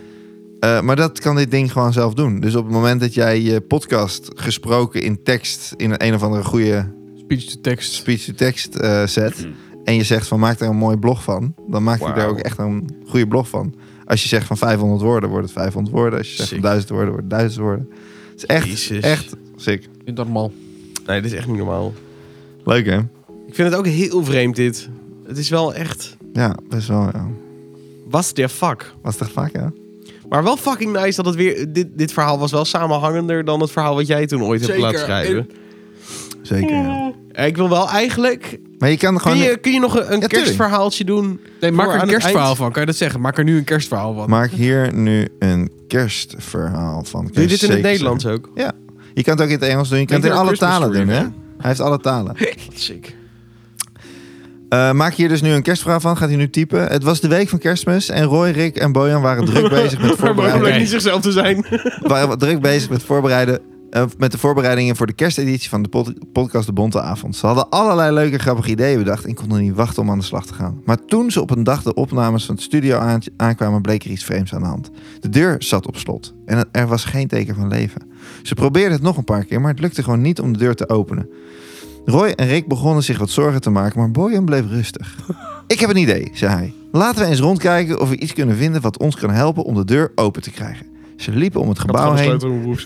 Uh, maar dat kan dit ding gewoon zelf doen. Dus op het moment dat jij je podcast gesproken in tekst in een, een of andere goede Speech to text. speech-to-text uh, zet en je zegt van maak er een mooi blog van, dan maakt hij Wauw. daar ook echt een goede blog van. Als je zegt van vijfhonderd woorden, wordt het vijfhonderd woorden. Als je zegt Sick. van duizend woorden, wordt het duizend woorden. Het is echt, Jezus. echt sick. Niet normaal. Nee, dit is echt niet normaal. Leuk hè? Ik vind het ook heel vreemd, dit. Het is wel echt... Ja, best wel. Ja. What the fuck? Was toch vaak, ja? Maar wel fucking nice dat het weer... Dit, dit verhaal was wel samenhangender dan het verhaal wat jij toen ooit hebt Zeker. laten schrijven. Zeker. Ja. Eh, Ik wil wel eigenlijk... Maar je kan Kun gewoon je, kun je nog een, een tuurlijk. kerstverhaaltje doen? Nee, maak Voor er aan een het kerstverhaal eind? van. Kan je dat zeggen? Maak er nu een kerstverhaal van. maak hier nu een kerstverhaal van. Kun Doe je dit in het zeker Nederlands ook? zeggen. Je kan het ook in het Engels doen. Je kan het Make in it alle a Christmas talen doen, story, hè? Hij heeft alle talen. Sick. Uh, maak hier dus nu een kerstverhaal van. Gaat hij nu typen. Het was de week van Kerstmis. En Roy, Rick en Bojan waren druk bezig met Maar waarom voorbereiden. blijkt niet zichzelf te zijn? waren druk bezig met, voorbereiden, uh, met de voorbereidingen voor de kersteditie van de pod- podcast De Bonte Avond. Ze hadden allerlei leuke grappige ideeën bedacht en konden niet wachten om aan de slag te gaan. Maar toen ze op een dag de opnames van het studio aan- aankwamen, bleek er iets vreemds aan de hand. De deur zat op slot en er was geen teken van leven. Ze probeerden het nog een paar keer, maar het lukte gewoon niet om de deur te openen. Roy en Rick begonnen zich wat zorgen te maken, maar Bojan bleef rustig. Ik heb een idee, zei hij. Laten we eens rondkijken of we iets kunnen vinden wat ons kan helpen om de deur open te krijgen. Ze liepen om het gebouw heen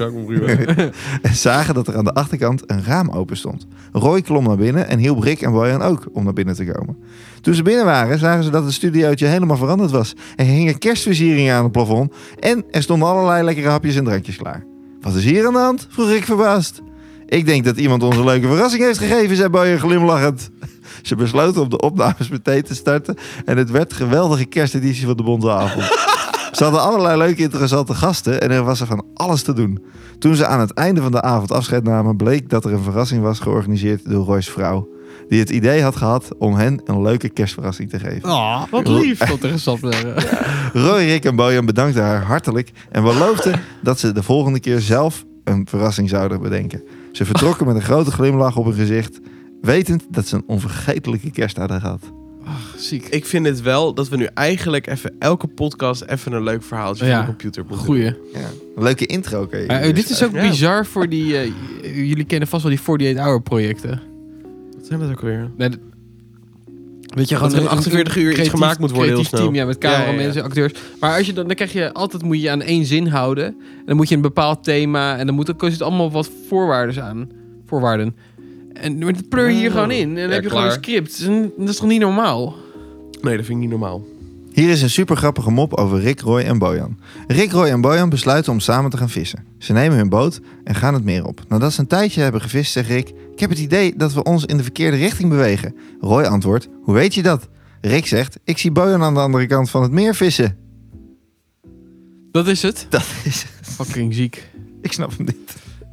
en zagen dat er aan de achterkant een raam open stond. Roy klom naar binnen en hielp Rick en Bojan ook om naar binnen te komen. Toen ze binnen waren, zagen ze dat het studiootje helemaal veranderd was. Er hingen kerstversieringen aan het plafond en er stonden allerlei lekkere hapjes en drankjes klaar. Wat is hier aan de hand? Vroeg Rick verbaasd. Ik denk dat iemand ons een leuke verrassing heeft gegeven, zei Bojan glimlachend. Ze besloten om de opnames meteen te starten en het werd een geweldige kersteditie van de Bonte Avond. Ze hadden allerlei leuke interessante gasten en er was er van alles te doen. Toen ze aan het einde van de avond afscheid namen, bleek dat er een verrassing was georganiseerd door Roy's vrouw. Die het idee had gehad om hen een leuke kerstverrassing te geven. Oh, Wat lief. Wat interessant. Roy, Rick en Bojan bedankten haar hartelijk en beloofden dat ze de volgende keer zelf een verrassing zouden bedenken. Ze vertrokken met een grote glimlach op hun gezicht, wetend dat ze een onvergetelijke kerst hadden gehad. Ziek. Ik vind het wel dat we nu eigenlijk even elke podcast even een leuk verhaaltje Ja, van de computer moeten Goeie. Ja, een leuke intro. Kan je Uh, hier dit is ook Ja. bizar voor die... uh, jullie kennen vast wel die forty-eight hour projecten. doen. Wat zijn dat ook weer? Nee, dat- weet je, Dat er in achtenveertig uur iets creatief- gemaakt moet worden heel creatief snel. team, ja, met Ja, ja, cameramensen, ja. acteurs. Maar als je dan, dan krijg je altijd moet je aan één zin houden. En dan moet je een bepaald thema en dan moet er zit allemaal wat voorwaarden aan. Voorwaarden. En dat pleur je hier Oh. gewoon in. En dan Ja, heb je gewoon een klaar. script. En dat is toch niet normaal? Nee, dat vind ik niet normaal. Hier is een super grappige mop over Rick, Roy en Bojan. Rick, Roy en Bojan besluiten om samen te gaan vissen. Ze nemen hun boot en gaan het meer op. Nadat ze een tijdje hebben gevist, zegt Rick... Ik heb het idee dat we ons in de verkeerde richting bewegen. Roy antwoordt, hoe weet je dat? Rick zegt, ik zie Bojan aan de andere kant van het meer vissen. Dat is het. Dat is het. Fucking ziek. Ik snap hem niet.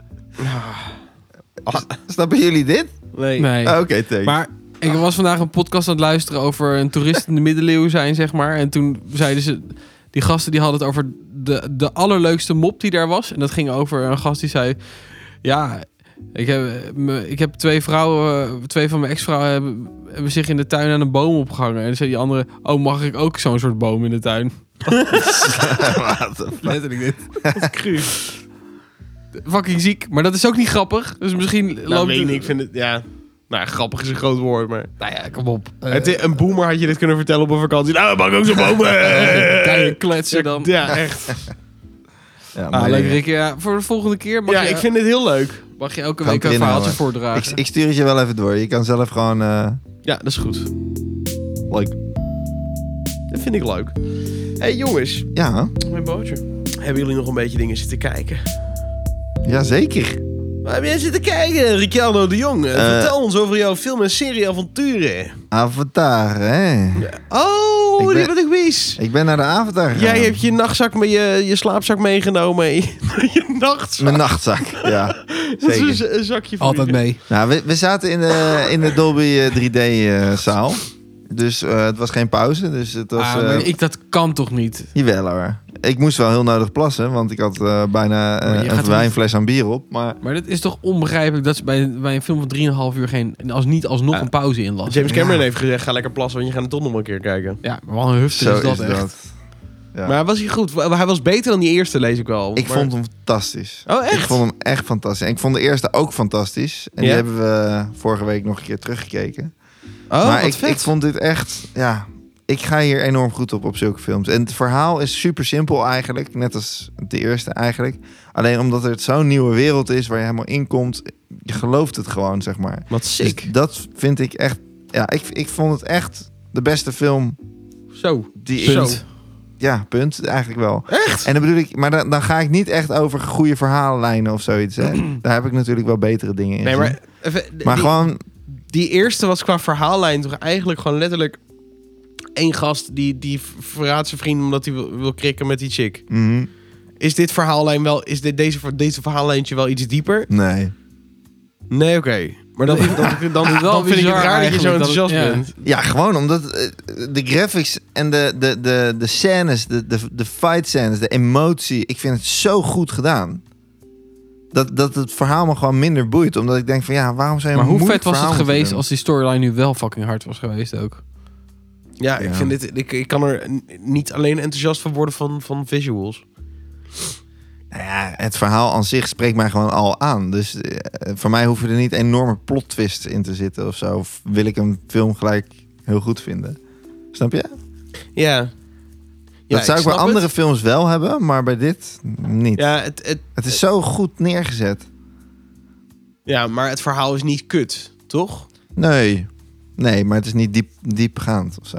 Ah, snappen jullie dit? Nee. Nee. Ah, Oké, okay, Maar ik was vandaag een podcast aan het luisteren over een toerist in de middeleeuwen zijn, zeg maar. En toen zeiden ze, die gasten die hadden het over de, de allerleukste mop die daar was. En dat ging over een gast die zei, ja, ik heb, me, ik heb twee vrouwen, twee van mijn ex-vrouwen hebben, hebben zich in de tuin aan een boom opgehangen. En dan zei die andere, oh, mag ik ook zo'n soort boom in de tuin? Letterlijk dit. Dat is cru. Fucking ziek. Maar dat is ook niet grappig. Dus misschien Nou, loopt weet het... niet, ik vind het, ja... Nou, grappig is een groot woord, maar... Nou ja, kom op. Uh, Het, een boomer had je dit kunnen vertellen op een vakantie. Nou, mag ik ook zo'n bomen. Kleine kletsen dan. Ja, echt. Ja, Ah, maar, leuk eh, Rick. Ja, voor de volgende keer mag, Ja, je, ik vind het heel leuk. mag je elke Kan week ik een verhaaltje inhouden. voordragen. ik, ik stuur het je wel even door. Je kan zelf gewoon... Uh, Ja, dat is goed. leuk. Dat vind ik leuk. Hé hey, jongens, Ja, mijn bootje. Hebben jullie nog een beetje dingen zitten kijken? ja, zeker. Waar heb jij zitten kijken, Ricciardo de Jong? Uh, Vertel ons over jouw film- en serie-avonturen. Avatar, hè? Oh, Ik die ben- ben ik wist. Ik ben naar de Avatar gegaan. Jij hebt je nachtzak met je, je slaapzak meegenomen. Je, je nachtzak. Mijn nachtzak, ja. Dat is zeker. een, z- een zakje voor Altijd je. mee. Nou, we, we zaten in de, in de Dolby eh, drie D-zaal. dus uh, het was geen pauze. Dus het was... Ah, uh, maar ik, dat kan toch niet? Jawel hoor. Ik moest wel heel nodig plassen, want ik had uh, bijna uh, Maar je gaat een toch wijnfles aan bier op. Maar Maar dat is toch onbegrijpelijk dat ze bij, bij een film van drieënhalf uur geen... als niet alsnog Ja. een pauze inlassen. James Cameron Ja. heeft gezegd, ga lekker plassen, want je gaat het toch nog een keer kijken. Ja, maar wat een hufter zo is dat is echt. dat. Ja. Maar was hij goed? Hij was beter dan die eerste, lees ik wel. ik Maar- vond hem fantastisch. Oh, echt? Ik vond hem echt fantastisch. En ik vond de eerste ook fantastisch. En Ja? die hebben we vorige week nog een keer teruggekeken. Oh, maar wat ik, vet. ik vond dit echt... Ja, ik ga hier enorm goed op, op zulke films. En het verhaal is super simpel eigenlijk. Net als de eerste eigenlijk. Alleen omdat het zo'n nieuwe wereld is waar je helemaal in komt. Je gelooft het gewoon, zeg maar. Wat Dus sick. dat vind ik echt... Ja, ik, ik vond het echt de beste film Zo. die Zo. ik... Ja, punt. Eigenlijk wel. Echt? En dan bedoel ik... Maar dan, dan ga ik niet echt over goede verhaallijnen of zoiets. Hè. Daar heb ik natuurlijk wel betere dingen in Nee, gezien. maar... Even, Maar die, gewoon... die eerste was qua verhaallijn toch eigenlijk gewoon letterlijk... één gast die, die verraadt zijn vriend omdat hij wil, wil krikken met die chick. mhm, Is dit verhaallijn wel... Is dit, deze, deze verhaallijntje wel iets dieper? nee. Nee, oké. Maar dan, dan, dan, dan, Het is wel dan vind ik het bizar raar dat je zo eigenlijk dat enthousiast het- ja. bent. Ja, gewoon omdat eh, de graphics en de, de, de, de scènes, de, de, de fight scènes, de emotie, ik vind het zo goed gedaan. Dat, dat het verhaal me gewoon minder boeit. Omdat ik denk van ja, waarom zou je Maar een hoe moeilijk vet was het verhaal moeten geweest doen? als die storyline nu wel fucking hard was geweest ook? Ja, ik, Ja. vind dit, ik, ik kan er n- niet alleen enthousiast van worden van, van visuals. Nou ja, het verhaal aan zich spreekt mij gewoon al aan. Dus eh, voor mij hoeven er niet enorme plot twists in te zitten of zo. Of wil ik een film gelijk heel goed vinden. Snap je? Ja. Ja, dat zou ik bij snap andere het. films wel hebben, maar bij dit niet. Ja, het, het, Het is zo goed neergezet. ja, maar het verhaal is niet kut, toch? Nee. Nee, maar het is niet diep, diepgaand of zo.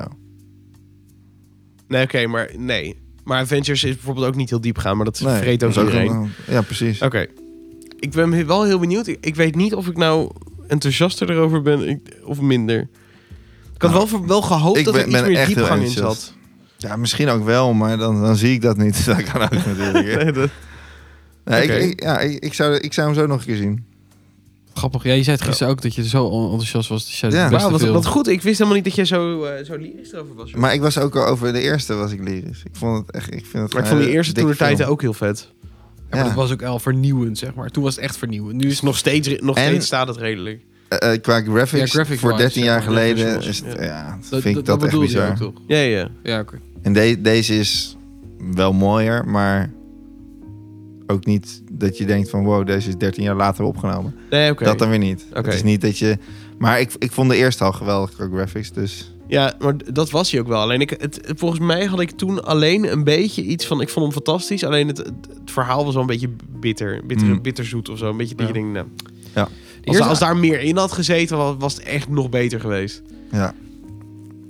Nee, oké, maar nee. Maar Avengers is bijvoorbeeld ook niet heel diep gaan, maar dat Nee, vreet ook dat is iedereen. wel- ja, precies. Oké. Ik ben he- wel heel benieuwd. Ik, ik weet niet of ik nou enthousiaster erover ben ik- of minder. Ik had Nou, wel, wel gehoopt ik dat ben- er iets ben meer echt heel diepgang in enthousiast. zat. Ja, misschien ook wel, maar dan, dan zie ik dat niet. Dat kan ook natuurlijk. Nee, dat- Nee, Oké. ik, ik, ja, ik, ik, zou, ik zou hem zo nog een keer zien. Grappig. Ja, je zei het gisteren ook dat je zo enthousiast was. Dus je Ja. de beste Wauw, wat, film. wat goed. Ik wist helemaal niet dat jij zo, eh, zo lyrisch erover was. joh. Maar ik was ook al over de eerste was ik lyrisch. Ik vond het echt... Ik, vind het Maar ik gewoon vond die een eerste dikke toertijden film. ook heel vet. Ja, maar Ja. dat was ook wel vernieuwend, zeg maar. Toen was het echt vernieuwend. Nu Dus is nog steeds, nog En- steeds staat het redelijk. Eh, eh, qua graphics, Ja, graphic voor wise, dertien jaar zeg maar. geleden Ja, is het, ja. ja, dat, vind ik dat, echt bedoelde je bizar. ook, toch? Ja, ja. Ja, oké. En de- deze is wel mooier, maar ook niet dat je denkt van wow, deze is dertien jaar later opgenomen. Nee, oké. Dat dan weer niet. Oké. Het is niet dat je... Maar ik, ik vond de eerste al geweldig qua graphics, dus... Ja, maar d- dat was hij ook wel. Alleen ik, het, het- volgens mij had ik toen alleen een beetje iets van... Ik vond hem fantastisch. Alleen het, het, het verhaal was wel een beetje bitter. bitter Mm. Bitterzoet of zo. Een beetje dat Ja. je denkt, nou... Ja. Als, eerste- als daar meer in had gezeten, wa- was het echt nog beter geweest. Ja.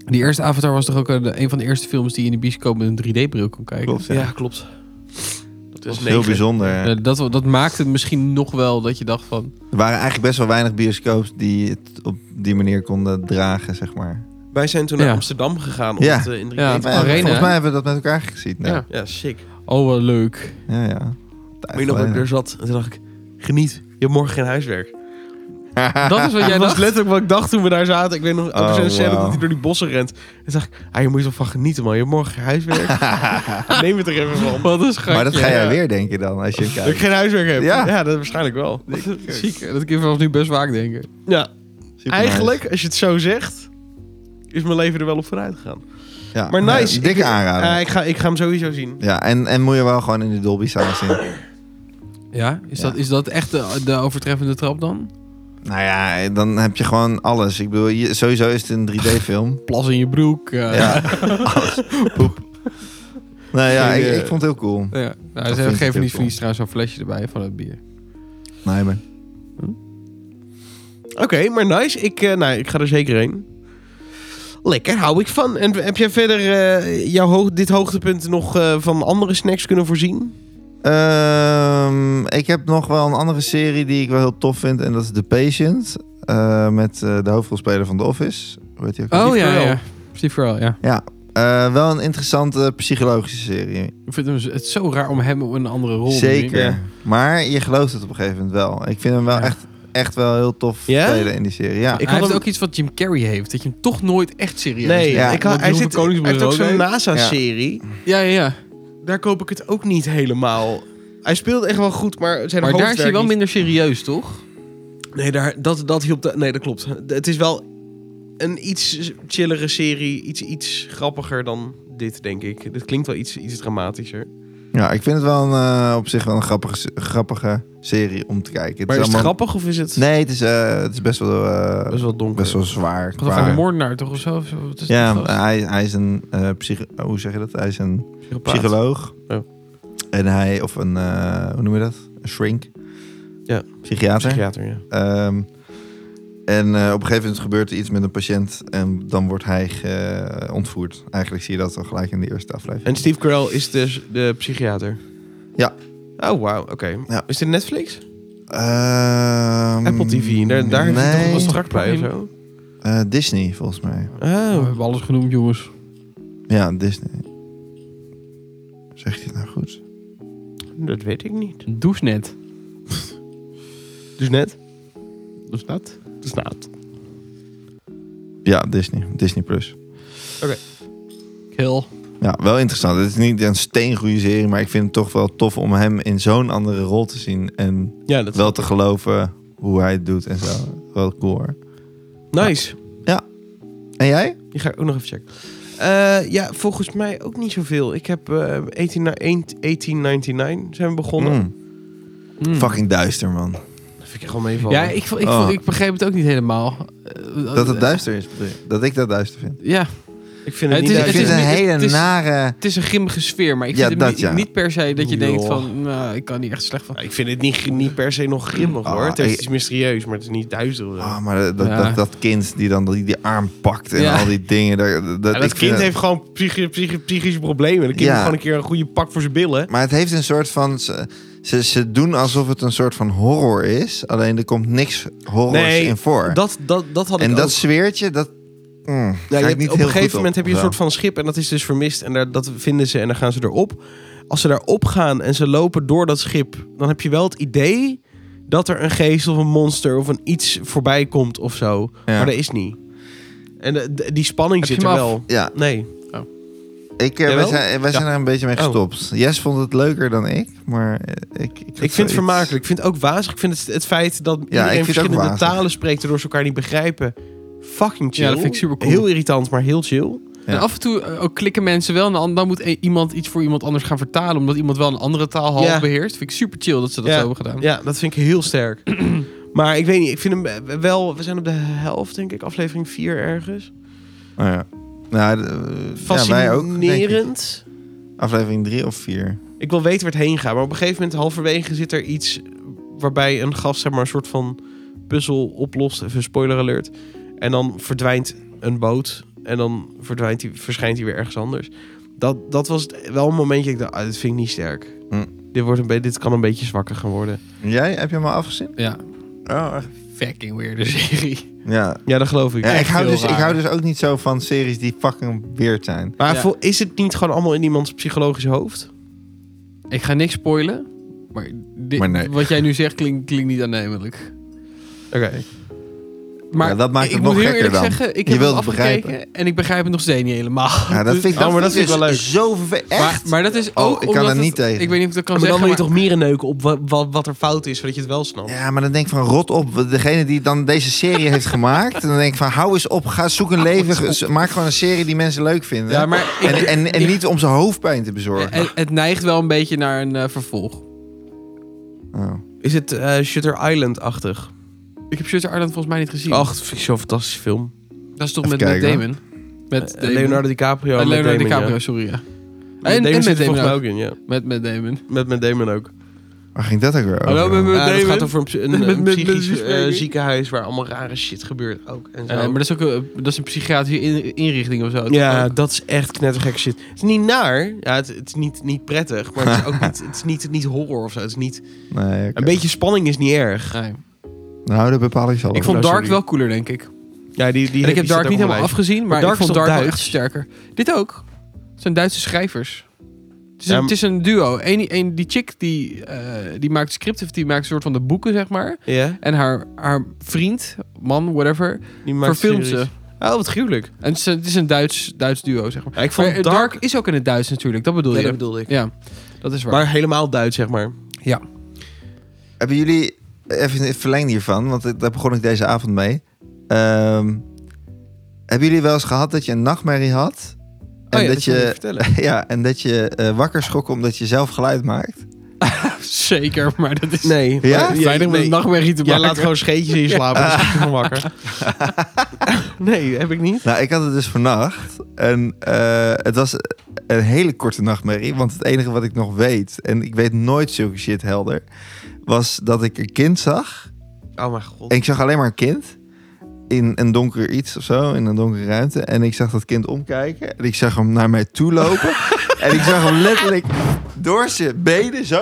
Die eerste Avatar was toch ook een, een van de eerste films die je in de bioscoop met een drie D-bril kon kijken. Klopt, ja. Ja, klopt. Dat Dat is is heel bijzonder. Uh, dat, dat maakte het misschien nog wel dat je dacht van... Er waren eigenlijk best wel weinig bioscoops die het op die manier konden dragen, zeg maar. Wij zijn toen Ja. naar Amsterdam gegaan om Ja. het uh, in drie D Ja, te het maken. Arena. Volgens mij hebben we dat met elkaar gezien. Ja, Ja. ja. Ja, sick. Oh, wat leuk. ja. ja. Weet je nog dat ik er zat? En toen dacht ik, geniet. Je hebt morgen geen huiswerk. Dat is wat jij dat was dacht? letterlijk wat ik dacht toen we daar zaten. Ik weet nog, ook Oh, zo'n scène wow. dat hij door die bossen rent. En toen dacht ik, ah, je moet er van genieten, man. Je hebt morgen geen huiswerk. Neem het er even van. Wat een schatje. Maar dat ga jij Ja. weer denken dan, als je Dat ik kijkt. geen huiswerk heb. Ja. Ja, dat waarschijnlijk wel. Ziek. Dat kun je vanaf nu best vaak denken. Ja, Super eigenlijk, nice. als je het zo zegt, is mijn leven er wel op vooruit gegaan. Ja. Maar nice. Ja, dikke ik, aanrader. Uh, ik, ga, ik ga hem sowieso zien. Ja, en, en moet je wel gewoon in de Dolby Sound zien. Ja? Is, Ja. Dat, is dat echt de, de overtreffende trap dan? Nou ja, dan heb je gewoon alles. Ik bedoel, je- sowieso is het een drie D-film. Plas in je broek. Uh, Ja, alles. Poep. Nou ja, Geen, ik, eh, ik vond het heel cool. Ja. Nou, Dat ze vind ik geven heel niet voor cool. niets trouwens zo'n flesje erbij van het bier. Nee, maar... Oké, okay, maar nice. Ik, uh, nou, ik ga er zeker heen. Lekker, hou ik van. En heb jij verder uh, jouw hoog, dit hoogtepunt nog uh, van andere snacks kunnen voorzien? Um, ik heb nog wel een andere serie die ik wel heel tof vind. En dat is The Patient. Uh, met uh, de hoofdrolspeler van The Office. Hoe heet die ook? Oh Steve ja, Carell. ja. Steve Carell, ja. Ja, uh, wel een interessante psychologische serie. Ik vind hem, het zo raar om hem op een andere rol te Zeker. zien. Maar je gelooft het op een gegeven moment wel. Ik vind hem wel Ja. echt, echt wel heel tof Ja? spelen in die serie. Ja. Ik Hij had heeft hem- ook iets wat Jim Carrey heeft. Dat je hem toch nooit echt serieus Nee, neemt. Ja, ik had, Want hij, die zit, hoeveel hij heeft ook zo'n Koningsbrug NASA-serie. Ja, ja, ja. Daar koop ik het ook niet helemaal. Hij speelt echt wel goed, maar zijn Maar daar is hoofdwerk hij wel niet. minder serieus, toch? Nee, daar, dat, dat hielp... De, nee, dat klopt. Het is wel een iets chillere serie. Iets, iets grappiger dan dit, denk ik. Dit klinkt wel iets, iets dramatischer. ja, ik vind het wel een, uh, op zich wel een grappige, grappige serie om te kijken. Het Maar is het allemaal- grappig of is het Nee, het is, uh, het is best wel, uh, best wel donker? best wel zwaar. Gaat toch qua- van een moordenaar, toch? Of zo? Of zo? Wat is Ja, dat vast? hij, hij is een uh, psycho... Hoe zeg je dat? Hij is een Psychopaat. psycholoog. Oh. En hij... Of een... Uh, hoe noem je dat? Een shrink. Ja. Psychiater. Psychiater, ja. Um, en uh, op een gegeven moment gebeurt er iets met een patiënt. En dan wordt hij ge- ontvoerd. Eigenlijk zie je dat al gelijk in de eerste aflevering. En Steve Carell is dus de psychiater? Ja. Oh, wauw. Oké. Ja. Is dit Netflix? Um, Apple T V. Daar, daar heeft hij toch nee. wel strak bij of zo? Uh, Disney, volgens mij. We Oh. hebben alles genoemd, jongens. Ja, Disney. Zeg je het nou goed? Dat weet ik niet. Douche net. Dus net? Dus net? Dus net. Ja, Disney. Disney Plus. Kill. Ja, wel interessant. Het is niet een steengoede serie, maar ik vind het toch wel tof om hem in zo'n andere rol te zien. En Ja, dat wel te geloven hoe hij het doet en zo. Wel cool hoor. Nice. En jij? Die ga ik ook nog even checken. Uh, ja, volgens mij ook niet zoveel. Ik heb uh, achttien negenennegentig zijn we begonnen. Mm, Mm. fucking duister, man. Dat vind ik echt wel meevallen. Ja, ik, vond- ik, Oh. vond- ik begreep het ook niet helemaal. Uh, Dat het duister is, bedoel je? Dat ik dat duister vind. Ja, Ik vind het Het niet is- Ik uit. vind is het een niet- hele het is- nare... het is een grimmige sfeer, maar ik Ja, vind het dat niet, ja. niet per se dat je denkt Joh. van, nou, ik kan niet echt slecht van. Ik vind het niet, niet per se nog grimmig Ah, hoor. Het is ik- iets mysterieus, maar het is niet duister. of zo. Ah, maar dat, Ja. dat, dat kind die dan die, die arm pakt en Ja. al die dingen. Dat, dat, Ja, ik dat vind kind het- heeft gewoon psychi- psychi- psychische problemen. Dat kind Ja. heeft gewoon een keer een goede pak voor zijn billen. Maar het heeft een soort van... Ze, ze, ze doen alsof het een soort van horror is. Alleen er komt niks horrors Nee, in voor. Dat, dat, dat had ik en ook. dat sfeertje, dat... Mm, Ja, ga je ik hebt- niet op heel een gegeven goed moment heb je een op, soort van schip en dat is dus vermist. En daar, dat vinden ze en dan gaan ze erop. Als ze daarop gaan en ze lopen door dat schip, dan heb je wel het idee dat er een geest of een monster of een iets voorbij komt of zo. Ja. Maar dat is niet. En de- de- die spanning Heb je zit er hem af? wel. Ja, Nee. ik, eh, Jij wij wel? zijn, wij zijn er een beetje mee Oh. gestopt. Jess vond het leuker dan ik, maar eh, ik... Ik, Ik vind het vermakelijk. Ik vind het ook wazig. Ik vind het, het feit dat ik iedereen vind het ook verschillende wazig. talen spreekt waardoor ze elkaar niet begrijpen. Fucking chill. Ja, dat vind ik super cool. Heel irritant, maar heel chill. Ja. En af en toe uh, ook klikken mensen wel. En dan, dan moet e- iemand iets voor iemand anders gaan vertalen. Omdat iemand wel een andere taal half Ja. beheerst. Vind ik super chill dat ze dat Ja. zo hebben gedaan. Ja, dat vind ik heel sterk. Maar ik weet niet, ik vind hem wel... We zijn op de helft, denk ik, aflevering vier ergens. Oh ja. Nou, de- eh, ja, wij ook, denk ik. Fascinerend. Aflevering drie of vier. Ik wil weten waar het heen gaat. Maar op een gegeven moment, halverwege, zit er iets... waarbij een gast, zeg maar, een soort van puzzel oplost. Even spoiler alert. En dan verdwijnt een boot. En dan verdwijnt hij, verschijnt hij weer ergens anders. Dat, dat was wel een momentje. Ik dacht, ah, dit vind ik niet sterk. Hm. Dit, wordt een be- dit kan een beetje zwakker gaan worden. Jij? Heb je hem al afgezien? Ja, Oh, echt? fucking weirde serie. Ja. Ja, dat geloof ik. Ja, ik, Echt hou heel dus, ik raar. hou dus ook niet zo van series die fucking weird zijn. Maar Ja. vol- is het niet gewoon allemaal in iemands psychologische hoofd? Ik ga niks spoilen. Maar, dit, Maar nee. wat jij nu zegt klinkt, klinkt niet aannemelijk. Oké. Maar Ja, dat maakt ik het moet nog heel gekker eerlijk dan. zeggen, ik Je heb wilt hem het afgekeken begrijpen. en ik begrijp het nog steeds niet helemaal. Ja, dat Dus- vind ik, dat Oh, maar dat vind ik vind ik wel dus zo vervelend. maar, Echt? maar dat is Oh, ook ik kan omdat er niet het- tegen. Ik weet niet of ik dat kan Maar dan zeggen, wil je maar- toch meer neuken op wat, wat, wat er fout is, zodat je het wel snapt. Ja, maar dan denk ik van rot op. Degene die dan deze serie heeft gemaakt. En dan denk ik van hou eens op. Ga zoek een leven. Maak gewoon een serie die mensen leuk vinden. Ja, maar ik- en, en, en ik- niet om zijn hoofdpijn te bezorgen. het, het neigt wel een beetje naar een eh, vervolg. Oh. Is het eh, Shutter Island-achtig? Ik heb Shutter Island volgens mij niet gezien. Ach, dat vind ik zo'n fantastische film. dat is toch Even met, met kijken, Damon? Met Eh, Damon. Leonardo DiCaprio. Eh, en met Leonardo Damon, DiCaprio, ja. sorry, ja. Met En, Damon en zit met er volgens Damon mij ook. ook in, ja. Met, met Damon. Met, met Damon ook. Waar ging dat ook weer over? Hallo, met me- Ja, dat Damon? gaat over een, psy- een, Met- een met- met psychisch die eh, spreking? ziekenhuis waar allemaal rare shit gebeurt ook. En zo. Eh, maar dat is ook een, dat is een psychiatrische in- inrichting of zo. ja, Ook. dat is echt knettergek shit. Het is niet naar. Ja, het, het is niet, niet prettig. Maar het is ook niet, het is niet, niet horror of zo. Het is niet, Nee, oké. een beetje spanning is niet erg. Nee. Nou, dat bepaal ik zelf. Ik vond Oh, Dark sorry. wel cooler, denk ik. Ja, die, die En ik heb die Dark zit niet ook op helemaal mijn afgezien, maar, Dark ik vond is toch Dark wel Duits? echt sterker. Dit ook. Het zijn Duitse schrijvers. Het is, Ja, een, maar- het is een duo. Eén, één, die chick die, eh, die maakt scripten, die maakt een soort van de boeken, zeg maar. lijst. Ja, En haar, haar vriend, man, whatever, die maakt verfilmt ze. series. Oh, wat gruwelijk. En het is, een- het is een Duits, Duits duo, zeg maar. Ja, ik vond Maar, eh, Dark... Dark is ook in het Duits natuurlijk, dat bedoel Ja, je. dat bedoelde ik. Ja, dat is waar. Maar helemaal Duits, zeg maar. ja. Hebben jullie, even in het verlengde hiervan, want daar begon ik deze avond mee. Ehm, hebben jullie wel eens gehad dat je een nachtmerrie had? En Oh ja, dat, dat wil je, ik vertellen. ja, en dat je eh, wakker schrok omdat je zelf geluid maakt? Zeker, maar dat is Nee. Ja? maar- weinig met nee. een nachtmerrie te Jij maken. laat gewoon scheetjes in je slaap en dan schrik je van wakker. Nee, heb ik niet. Nou, ik had het dus vannacht. En eh, het was een hele korte nachtmerrie. Want het enige wat ik nog weet, en ik weet nooit zulke shit helder, was dat ik een kind zag. Oh mijn god. En ik zag alleen maar een kind. In een donker iets of zo, in een donkere ruimte. En ik zag dat kind omkijken. En ik zag hem naar mij toe lopen. En ik zag hem letterlijk door zijn benen zo.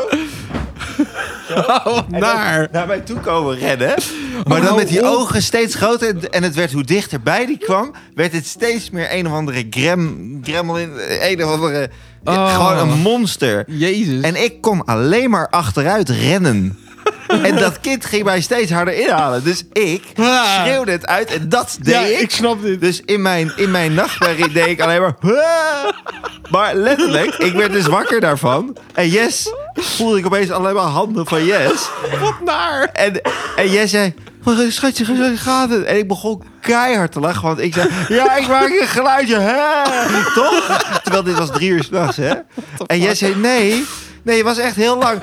Oh, En naar. dan naar mij toe komen rennen. Maar dan hou met die op. ogen steeds groter. En het werd hoe dichterbij die kwam, werd het steeds meer een of andere grem, gremlin. Een of andere. ja, Oh. gewoon een monster. Jezus. En ik kon alleen maar achteruit rennen. En dat kind ging mij steeds harder inhalen. Dus ik Ah. schreeuwde het uit en dat deed ja, ik. ik snap dit. Dus in mijn, in mijn nachtmerrie deed ik alleen maar... Maar letterlijk, ik werd dus wakker daarvan. En Jess voelde ik opeens alleen maar handen van Jess. Wat naar. En, en Jess zei... "Maar schatje, hoe gaat het?" En ik begon keihard te lachen. Want ik zei... Ja, ik maak een geluidje. Hè? Toch? Terwijl dit was drie uur s'nachts, hè? En Jess zei... Nee... Nee, het was echt heel lang.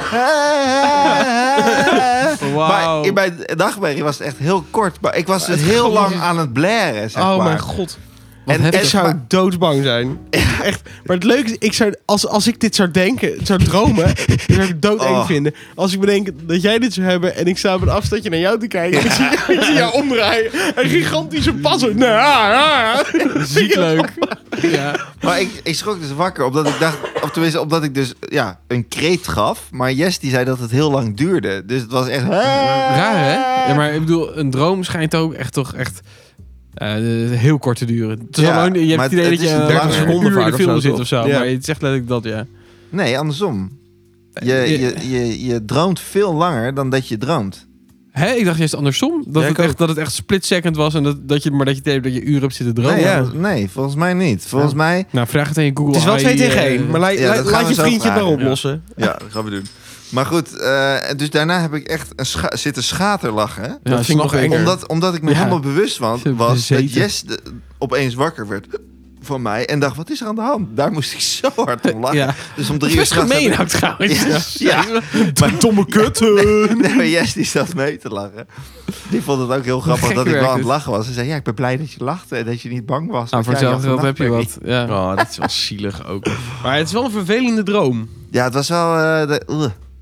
Wauw. Maar in mijn nachtmerrie was het echt heel kort. Maar ik was dus heel lang aan het blaren, zeg Oh maar. mijn god. Wat En- heftig. Ik zou doodsbang zijn. Echt. Maar het leuke is, ik zou, als, als ik dit zou denken, zou dromen, dan zou ik het doodeng Oh. vinden. Als ik bedenk dat jij dit zou hebben en ik sta op een afstandje naar jou te kijken. En ik zie, ik zie jou omdraaien. Een gigantische passer. Nou, ah, ah. Ziek leuk. Ja. Maar ik, ik schrok dus wakker, omdat ik dacht... Of tenminste, omdat ik dus ja, een kreet gaf. Maar Jess die zei dat het heel lang duurde. Dus het was echt... Raar, hè? Ja, maar ik bedoel, een droom schijnt ook echt toch echt eh, heel kort te duren. Het is Ja, gewoon, je maar hebt het idee het dat je is een dertig lange seconden seconden vaak in de of film zo, zit of zo. Ja. Maar het zegt letterlijk dat, ja. Nee, andersom. Je, je, je, je droomt veel langer dan dat je droomt. Hè? Ik dacht juist andersom. Dat, Ja, het ik echt, dat het echt split second was. En dat, dat je, maar dat je het idee hebt dat je uren hebt zitten dromen. Nee, ja. vol- nee, volgens mij niet. Volgens mij... Nou, vraag het aan je Google. Het is wel A I, twee tegen eh, één. Maar la- ja, la- dat gaan laat we je zo vriendje het maar vragen. oplossen. Ja, dat gaan we doen. Maar goed, eh, dus daarna heb ik echt een scha- zitten schaterlachen. Hè? Ja, Dat vind ik nog snap enger. Omdat, omdat ik me Ja. helemaal bewust was, Je was bezeten. dat Jess de- opeens wakker werd van mij. En dacht, wat is er aan de hand? Daar moest ik zo hard om lachen. Ja. Dus om Dat drie is uur best s'nachts gemeen heb ook trouwens. Ja, ja. Maar Domme kut. nee, maar Jess die zat mee te lachen. Die vond het ook heel grappig Gek dat ik wel werk aan het dus. lachen was. Ze zei, ja, ik ben blij dat je lachte en dat je niet bang was. Nou, Want voor ja, hetzelfde je had geld heb een je nachtmerrie. wat. Ja. Oh, dat is wel zielig ook. Maar het is wel een vervelende droom. Ja, het was wel... eh, de, ugh.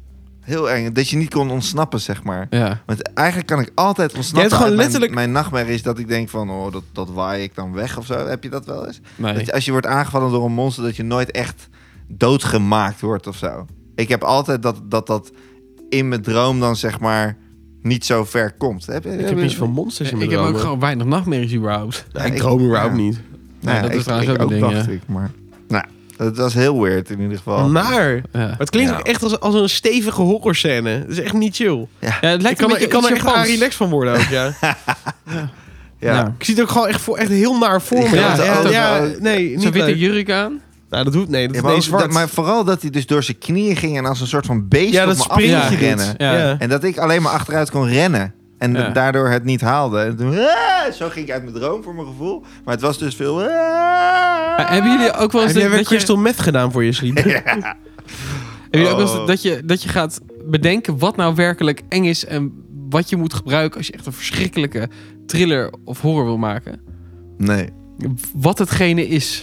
Heel eng. Dat je niet kon ontsnappen, zeg maar. Ja. Want eigenlijk kan ik altijd ontsnappen. Je hebt gewoon uit mijn- letterlijk- Mijn, nachtmerrie is dat ik denk van... oh, dat, dat waai ik dan weg of zo. Heb je dat wel eens? Nee. Dat je, als je wordt aangevallen door een monster... dat je nooit echt doodgemaakt wordt of zo. Ik heb altijd dat dat, dat in mijn droom dan zeg maar... niet zo ver komt. Heb, je- Ik heb niet zoveel monsters in Ik mijn heb ook dromen. gewoon weinig nachtmerries überhaupt. Ja, ik droom überhaupt ja. niet. Nou, Ja, dat is ik, trouwens ik ook een ding, dacht ja. ik, maar... Nou, het was heel weird in ieder geval. Naar. Ja. Maar het klinkt Ja. ook echt als, als een stevige horrorscène. Het is echt niet chill. Ja, het Ik lijkt kan, een er, ik beetje kan er iets echt Japans. aan relaxed van worden ook, ja. Ja. Ja. Ik zie het ook gewoon echt, voor, echt heel naar voor me. Ja, Ja, ja, dat- ja, dat- nee, niet Zo'n witte leuk. jurk aan. Nou, dat hoeft, nee, dat Ja, is maar, nee, ook- zwart. dat- maar vooral dat hij dus door zijn knieën ging... en als een soort van beest ja, op dat me af sprintje ging doet. rennen. Ja. Ja. En dat ik alleen maar achteruit kon rennen. En Ja. daardoor het niet haalde. En toen, ah, zo ging ik uit mijn droom voor mijn gevoel. Maar het was dus veel... ah. Maar hebben jullie ook wel eens Heb jij dat, weer dat je, crystal meth gedaan voor je sleep? hebben jullie ook wel eens Oh. dat je dat je gaat bedenken wat nou werkelijk eng is en wat je moet gebruiken als je echt een verschrikkelijke thriller of horror wil maken? Nee. Wat hetgene is.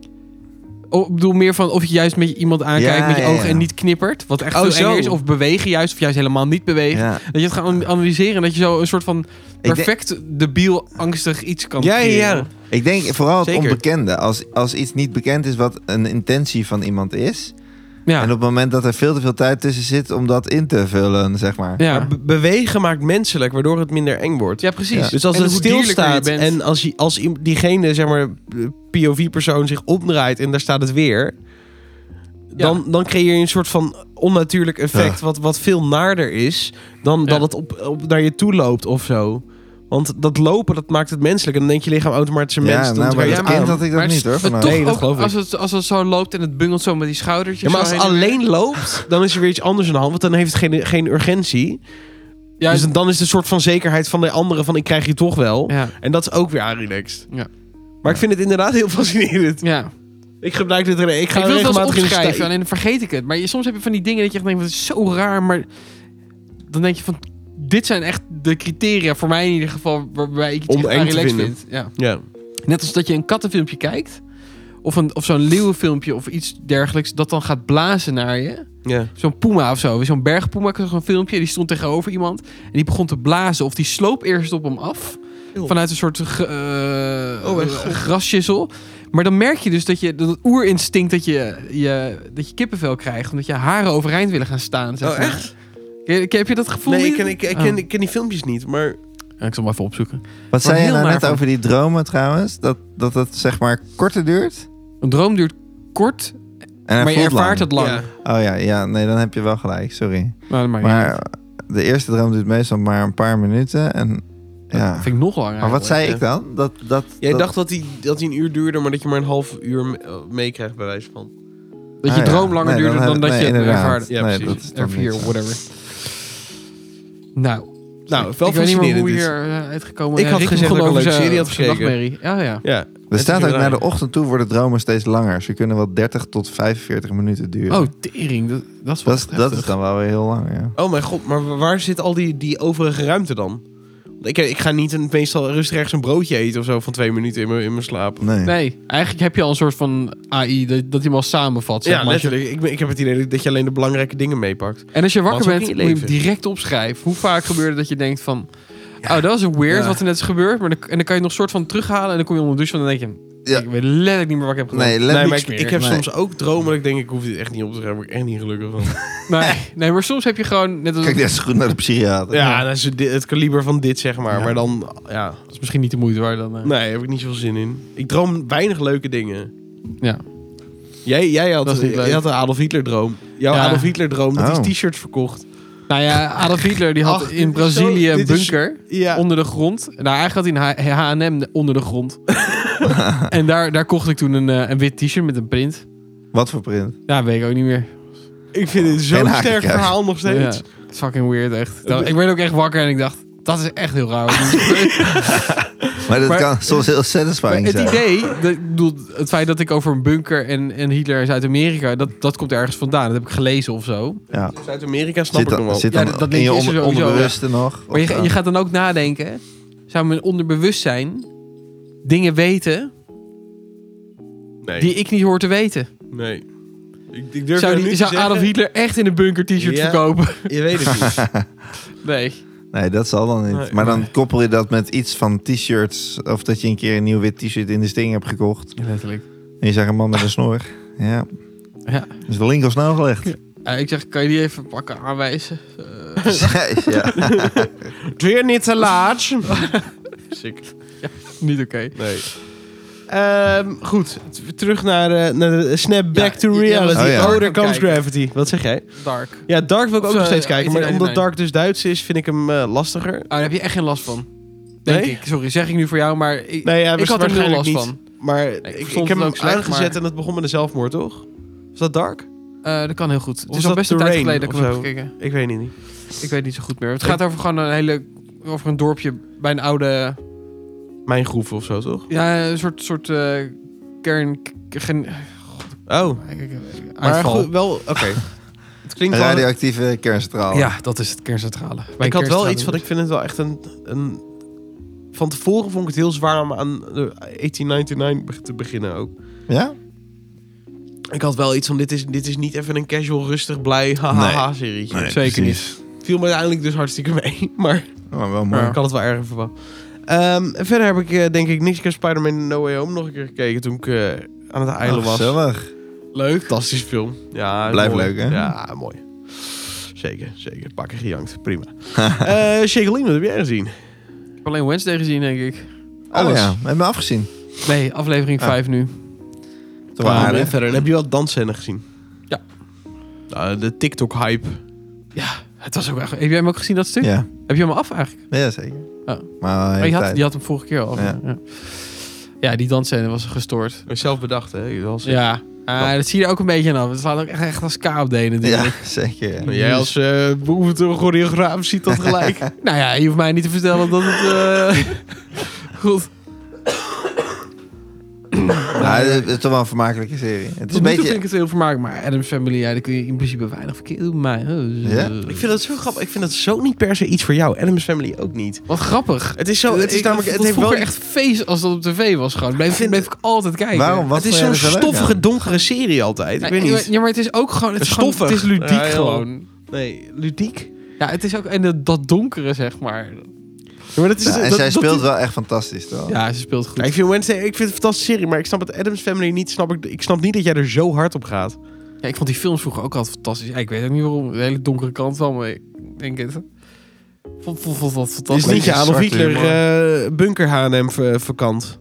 Oh, ik bedoel meer van of je juist met iemand aankijkt Ja, met je ja, ogen ja. en niet knippert. Wat echt Oh, veel zo. enger is. Of bewegen juist. Of juist helemaal niet bewegen. Ja. Dat je het gaat an- analyseren. En dat je zo een soort van denk- perfect debiel angstig iets kan Ja, ja, creëren. ja. Ik denk vooral het Zeker. onbekende. Als, als iets niet bekend is wat een intentie van iemand is... Ja. en op het moment dat er veel te veel tijd tussen zit... om dat in te vullen, zeg maar. Ja. Maar be- bewegen maakt menselijk, waardoor het minder eng wordt. ja, precies. Ja. Dus als En het hoe dierlijker stilstaat je bent- en als, je, als i- diegene, zeg maar, P O V-persoon zich omdraait en daar staat het weer... Dan, dan creëer je een soort van onnatuurlijk effect Ja. wat, wat veel naarder is dan Ja. dat het op, op naar je toe loopt of zo. Want dat lopen, dat maakt het menselijk. En dan denkt je lichaam automatisch een Ja, mens. dan nou, ga bij je het het kind aan. had ik dat Maar het niet, hoor. het vanaf. toch Nee, dat ook, geloof ik. als het, als het zo loopt en het bungelt zo met die schoudertjes. Ja, maar als zo het heen en weer. alleen loopt, dan is er weer iets anders aan de hand. Want dan heeft het geen, geen urgentie. Ja, Dus dan is het een soort van zekerheid van de andere van ik krijg je toch wel. ja, En dat is ook weer aanrelaxed. Ja. Maar ik vind het inderdaad heel fascinerend. ja. Ik gebruik dit. Ik ga Ik wil het wel eens regelmatig in de opschrijven, sta- alleen dan vergeet ik het. Maar je, soms heb je van die dingen dat je echt denkt, dat is zo raar. Maar dan denk je van, dit zijn echt de criteria, voor mij in ieder geval, waarbij ik iets Om echt eng aan te relaxed vinden. vind. Ja. Ja. Net als dat je een kattenfilmpje kijkt. Of, een, of zo'n leeuwenfilmpje of iets dergelijks. Dat dan gaat blazen naar je. Ja. Zo'n puma of zo. Zo'n bergpuma. Ik zag zo'n filmpje. Die stond tegenover iemand. En die begon te blazen. Of die sloop eerst op hem af. Eeuw. Vanuit een soort ge- eh, Oh, mijn god. grasschissel. Maar dan merk je dus dat je dat het oerinstinct dat je, je, dat je kippenvel krijgt. Omdat je haren overeind willen gaan staan. Zeg Oh, maar. echt? Heb je- Heb je dat gevoel Nee, ik niet? ken, ik, ik, Oh. ken, ik ken die filmpjes niet. Maar Ja, ik zal hem even opzoeken. Wat zei je heel nou naar net van. over die dromen trouwens? Dat, dat het zeg maar korter duurt? Een droom duurt kort, En hij maar je voelt ervaart lang. het lang. Ja. Oh ja, ja, nee, dan heb je wel gelijk, sorry. Nou, dat maakt niet uit. Maar de eerste droom duurt meestal maar een paar minuten. En ja. Dat vind ik nog langer. Maar wat zei ja. ik dan? Dat, dat, jij dat, dacht dat hij dat die een uur duurde, maar dat je maar een half uur me- eh, meekrijgt bij wijze van. Dat je Ah, ja. droom langer Nee, duurde dan, heb- dat nee, je het inderdaad. ervaarde. Ja, nee, precies. dat is dan R vier, niks. whatever. Nou, Nou, wel ik weet niet meer hoe fascinerend. je dit. hier uh, uitgekomen. Ik Ja, had Rick gezegd begon dat ik een over leuke zijn- serie had zijn gekeken. nachtmerrie. Ja, ja. Ja. Er staat ook naar de ochtend. ochtend toe worden dromen steeds langer. Ze kunnen wel dertig tot vijfenveertig minuten duren. Oh, tering. Dat, dat is wel dat, is, echt dat is heftig. dan wel weer heel lang, ja. Oh mijn god, maar waar zit al die, die overige ruimte dan? Want Ik, ik ga niet een, meestal rustig ergens een broodje eten of zo van twee minuten in mijn, in mijn slaap. Nee. Nee, eigenlijk heb je al een soort van A I dat, dat hij hem al samenvat. Zeg Ja, maar. Als je- letterlijk. Ik, ben- ik heb het idee dat je alleen de belangrijke dingen meepakt. En als je wakker Maar bent, het moet is je ook hem in je direct opschrijven. Hoe vaak gebeurt het dat je denkt van... Oh, dat was een weird Ja. wat er net is gebeurd. Maar dan, en dan kan je nog soort van terughalen. En dan kom je onder de douche van en dan denk je... Ja. Ik weet letterlijk niet meer wat ik heb gedaan. Nee, let Nee, maar niks ik, meer. ik heb Nee. soms ook dromen dat ik denk, ik hoef dit echt niet op te schrijven. Daar word ik echt niet gelukkig van. Nee, nee, maar soms heb je gewoon... Net als, Kijk net zo goed naar de psychiater. Ja, dat is di- het kaliber van dit, zeg maar. Ja. Maar dan, ja... dat is misschien niet de moeite waard dan. eh. Nee, heb ik niet zoveel zin in. Ik droom weinig leuke dingen. Ja. Jij, jij had, Dat is niet leuk. jij had een Adolf Hitler droom. Jouw Ja. Adolf Hitler droom, dat Oh. hij t-shirts verkocht. Nou ja, Adolf Hitler die had Ach, in dit is Brazilië zo- een dit is- bunker Ja. onder de grond. Nou, eigenlijk had hij een H en M onder de grond. En daar, daar kocht ik toen een, eh, een wit t-shirt met een print. Wat voor print? Ja, weet ik ook niet meer. Ik vind dit Geen zo'n sterk hakenkruis. verhaal nog Ja, steeds. het is fucking weird, echt. Nou, ik werd ook echt wakker en ik dacht, dat is echt heel raar. Maar dat Maar- kan soms heel Maar satisfying het zijn. idee, dat, ik bedoel, het feit dat ik over een bunker en, en Hitler in Zuid-Amerika, dat, dat komt ergens vandaan. Dat heb ik gelezen of zo. Ja. Zuid-Amerika snap Zit ik nog dan, wel. zit Ja, dan dat- dat in je linkje is er onder, sowieso, onderbewuste nog? Maar je, Of, je gaat dan ook nadenken, zou mijn onderbewustzijn dingen weten Nee. die ik niet hoor te weten? nee. Ik, ik durf Zou, het die, nu te zou Adolf zeggen. Hitler echt in een bunker t-shirt Ja. verkopen? Je weet het niet. Nee. Nee, dat zal dan niet. Nee, maar dan nee. koppel je dat met iets van t-shirts. Of dat je een keer een nieuw wit t-shirt in de Sting hebt gekocht. Letterlijk. En je zegt een man met een snor. Ja. Ja. Is de link al snel gelegd. Ja, ik zeg, kan je die even pakken, aanwijzen? Uh, ja. Weer niet te laat. Sick. niet oké. Nee. Ehm, goed, t- terug naar, uh, naar de snap back Ja, to ja, reality. oh ja. Oh, there comes Kijken. gravity. Wat zeg jij? Dark. Ja, Dark wil ik ook Of, nog uh, steeds kijken. Maar omdat negentien Dark dus Duits is, vind ik hem uh, lastiger. Oh, daar heb je echt geen last van. Denk Nee? ik. Sorry, zeg ik nu voor jou, maar ik, Nee, ja, ik had er nul waarschijnlijk last niet. van. Maar ik ik, ik, vond heb het hem ook slecht, aangezet maar- en het begon met een zelfmoord, toch? Was dat Dark? Uh, dat kan heel goed. Het Of is is al dat best een The tijd Rain geleden dat ik of hem heb zo? gekeken. Ik weet het niet. Ik weet niet zo goed meer. Het Ik- gaat over gewoon een hele... Over een dorpje bij een oude... Mijn groef of zo, toch? Ja, een soort, soort uh, kern... k- Gen, Oh. Maar uitval. goed, wel... Oké. Het klinkt Een wel... radioactieve kerncentrale. Ja, dat is het kerncentrale. Bij Ik een had wel kerncentrale iets wat ik vind het wel echt een, een... Van tevoren vond ik het heel zwaar om aan de achttien negenennegentig te beginnen ook. Ja? Ik had wel iets van, dit is, dit is niet even een casual, rustig, blij haha serietje. Nee, Zeker precies. Viel me uiteindelijk dus hartstikke mee, maar Oh, wel mooi. Ja. ik had het wel erg verwacht. Um, en verder heb ik uh, denk ik niks keer Spider-Man No Way Home nog een keer gekeken toen ik uh, aan het eilen Oh, was. gezellig. Leuk. Fantastische film. Ja, Blijft mooi. leuk, hè? Ja, mooi. Zeker, zeker. Pakken gejankt. Prima. uh, Shakeline, wat heb jij gezien? Ik heb alleen Wednesday gezien, denk ik. Oh Alles. ja, we hebben me afgezien. Nee, aflevering Ah. vijf nu. Toch wel Uh, aardig. en verder, en heb je wel dansscènes gezien? Ja. Uh, de TikTok-hype. Ja, het was ook echt... Heb jij hem ook gezien, dat stuk? Ja. Heb je hem al af eigenlijk? Ja, zeker. Oh. Maar Oh, hele je had, tijd. die had hem vorige keer al. Ja. Ja, ja die dansscène was gestoord. Zelf bedacht, hè? Je was, Ja, ah, dat zie je er ook een beetje aan af. Het slaat ook echt, echt als K op de natuurlijk. Ja, zeker. Ja. Maar jij als uh, beoefende choreograaf ziet dat gelijk. Nou ja, je hoeft mij niet te vertellen dat het... Uh... Goed. Ja, het is toch wel een vermakelijke serie. Het is Tot een nu toe vind beetje... ik het heel vermakelijk. Maar Addams Family, ja, daar kun je in principe weinig verkeerd doen bij mij. Uh, Ja? Ik vind dat zo grappig. Ik vind dat zo niet per se iets voor jou. Adam's Family ook niet. Wat grappig. Het is zo... Het is Ik namelijk... vond Het heeft vroeger wel echt feest als dat op tv was gewoon. Bleef, vind- bleef ik altijd kijken. Waarom? Wat het is vond jij zo'n er zo leuk stoffige, aan? donkere serie altijd. Ik weet Ja, niet. Ja, maar het is ook gewoon... Het is, gewoon, Stoffig. het is ludiek Ja, heel- gewoon. Nee, ludiek. Ja, het is ook... En dat, dat donkere, zeg maar. Ja, maar dat is, Ja, en dat- zij dat- speelt wel echt fantastisch, toch? Ja, ze speelt goed. Ja, ik vind Wednesday... Ik vind het een fantastische serie, maar ik snap het Adam's Family niet. Snap ik, ik snap niet dat jij er zo hard op gaat. Ja, ik vond die films vroeger ook altijd fantastisch. Ja, ik weet ook niet waarom. De hele donkere kant wel, maar ik denk het. Vond, vond, vond, vond Dit fantastisch. is niet je Beetje Adolf zwarte Hitler uh, bunker H en M v- vakant.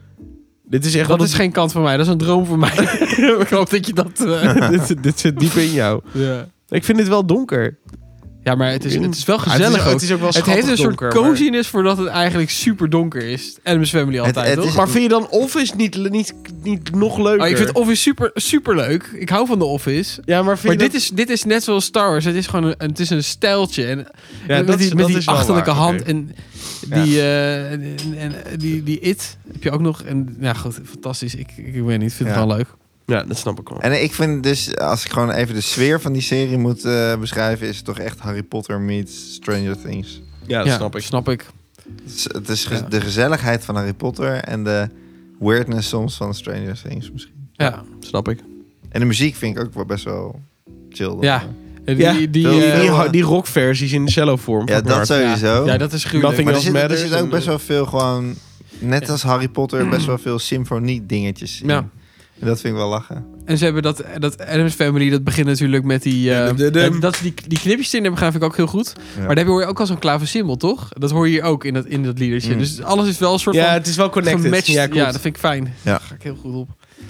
Dit is echt Dat wel is geen kant van mij, dat is een droom voor mij. Ik hoop dat je dat... uh, dit, dit zit diep in jou. ja. Ik vind dit wel donker. ja, maar het is, het is wel Ah, gezellig het, is, ook. het is ook wel Het heeft een soort donker, maar- coziness voordat het eigenlijk super donker is. Adam's Family altijd, het toch? is- Maar vind je dan Office niet, niet, niet nog leuker? Oh, ik vind Office super, super leuk. Ik hou van de Office. Ja, maar vind Maar je dit dat- is, dit is net zoals Star Wars. Het is gewoon een, het is een stijltje. En Ja, met dat die, is- met dat die is wel achterlijke waar, hand oké. en die, eh, en, en, en die, die It heb je ook nog. En ja, goed, fantastisch. Ik, ik, ik weet niet, ik vind Ja. het wel leuk. Ja, dat snap ik wel. En ik vind dus, als ik gewoon even de sfeer van die serie moet uh, beschrijven, is het toch echt Harry Potter meets Stranger Things. Ja, dat ja, snap ik. Snap ik. Het is, het is ge- Ja. de gezelligheid van Harry Potter en de weirdness soms van Stranger Things misschien. Ja. Snap ik. En de muziek vind ik ook wel best wel chill. dan. Ja. En Ja, die, die, veel- Die, eh, die, veel- die rockversies in de cello-vorm. Ja, van dat Hart. sowieso. ja, dat is gruwelijk. Nothing Maar er else zit, er matters zit ook en, best eh, wel veel gewoon, net als Harry Potter, best wel veel symfonie dingetjes in. Ja. En dat vind ik wel lachen. En ze hebben dat, dat Addams Family, dat begint natuurlijk met die... eh, Dum, dum, dum. ja, dat ze die, die knipjes in hebben gaan, vind ik ook heel goed. Ja. Maar daar hoor je ook al zo'n klaversymbol, toch? Dat hoor je hier ook in dat, in dat liedertje. Mm. Dus alles is wel een soort Ja, van het is wel connected. gematcht. Ja, Ja, klopt. dat vind ik fijn. Ja. Daar ga ik heel goed op.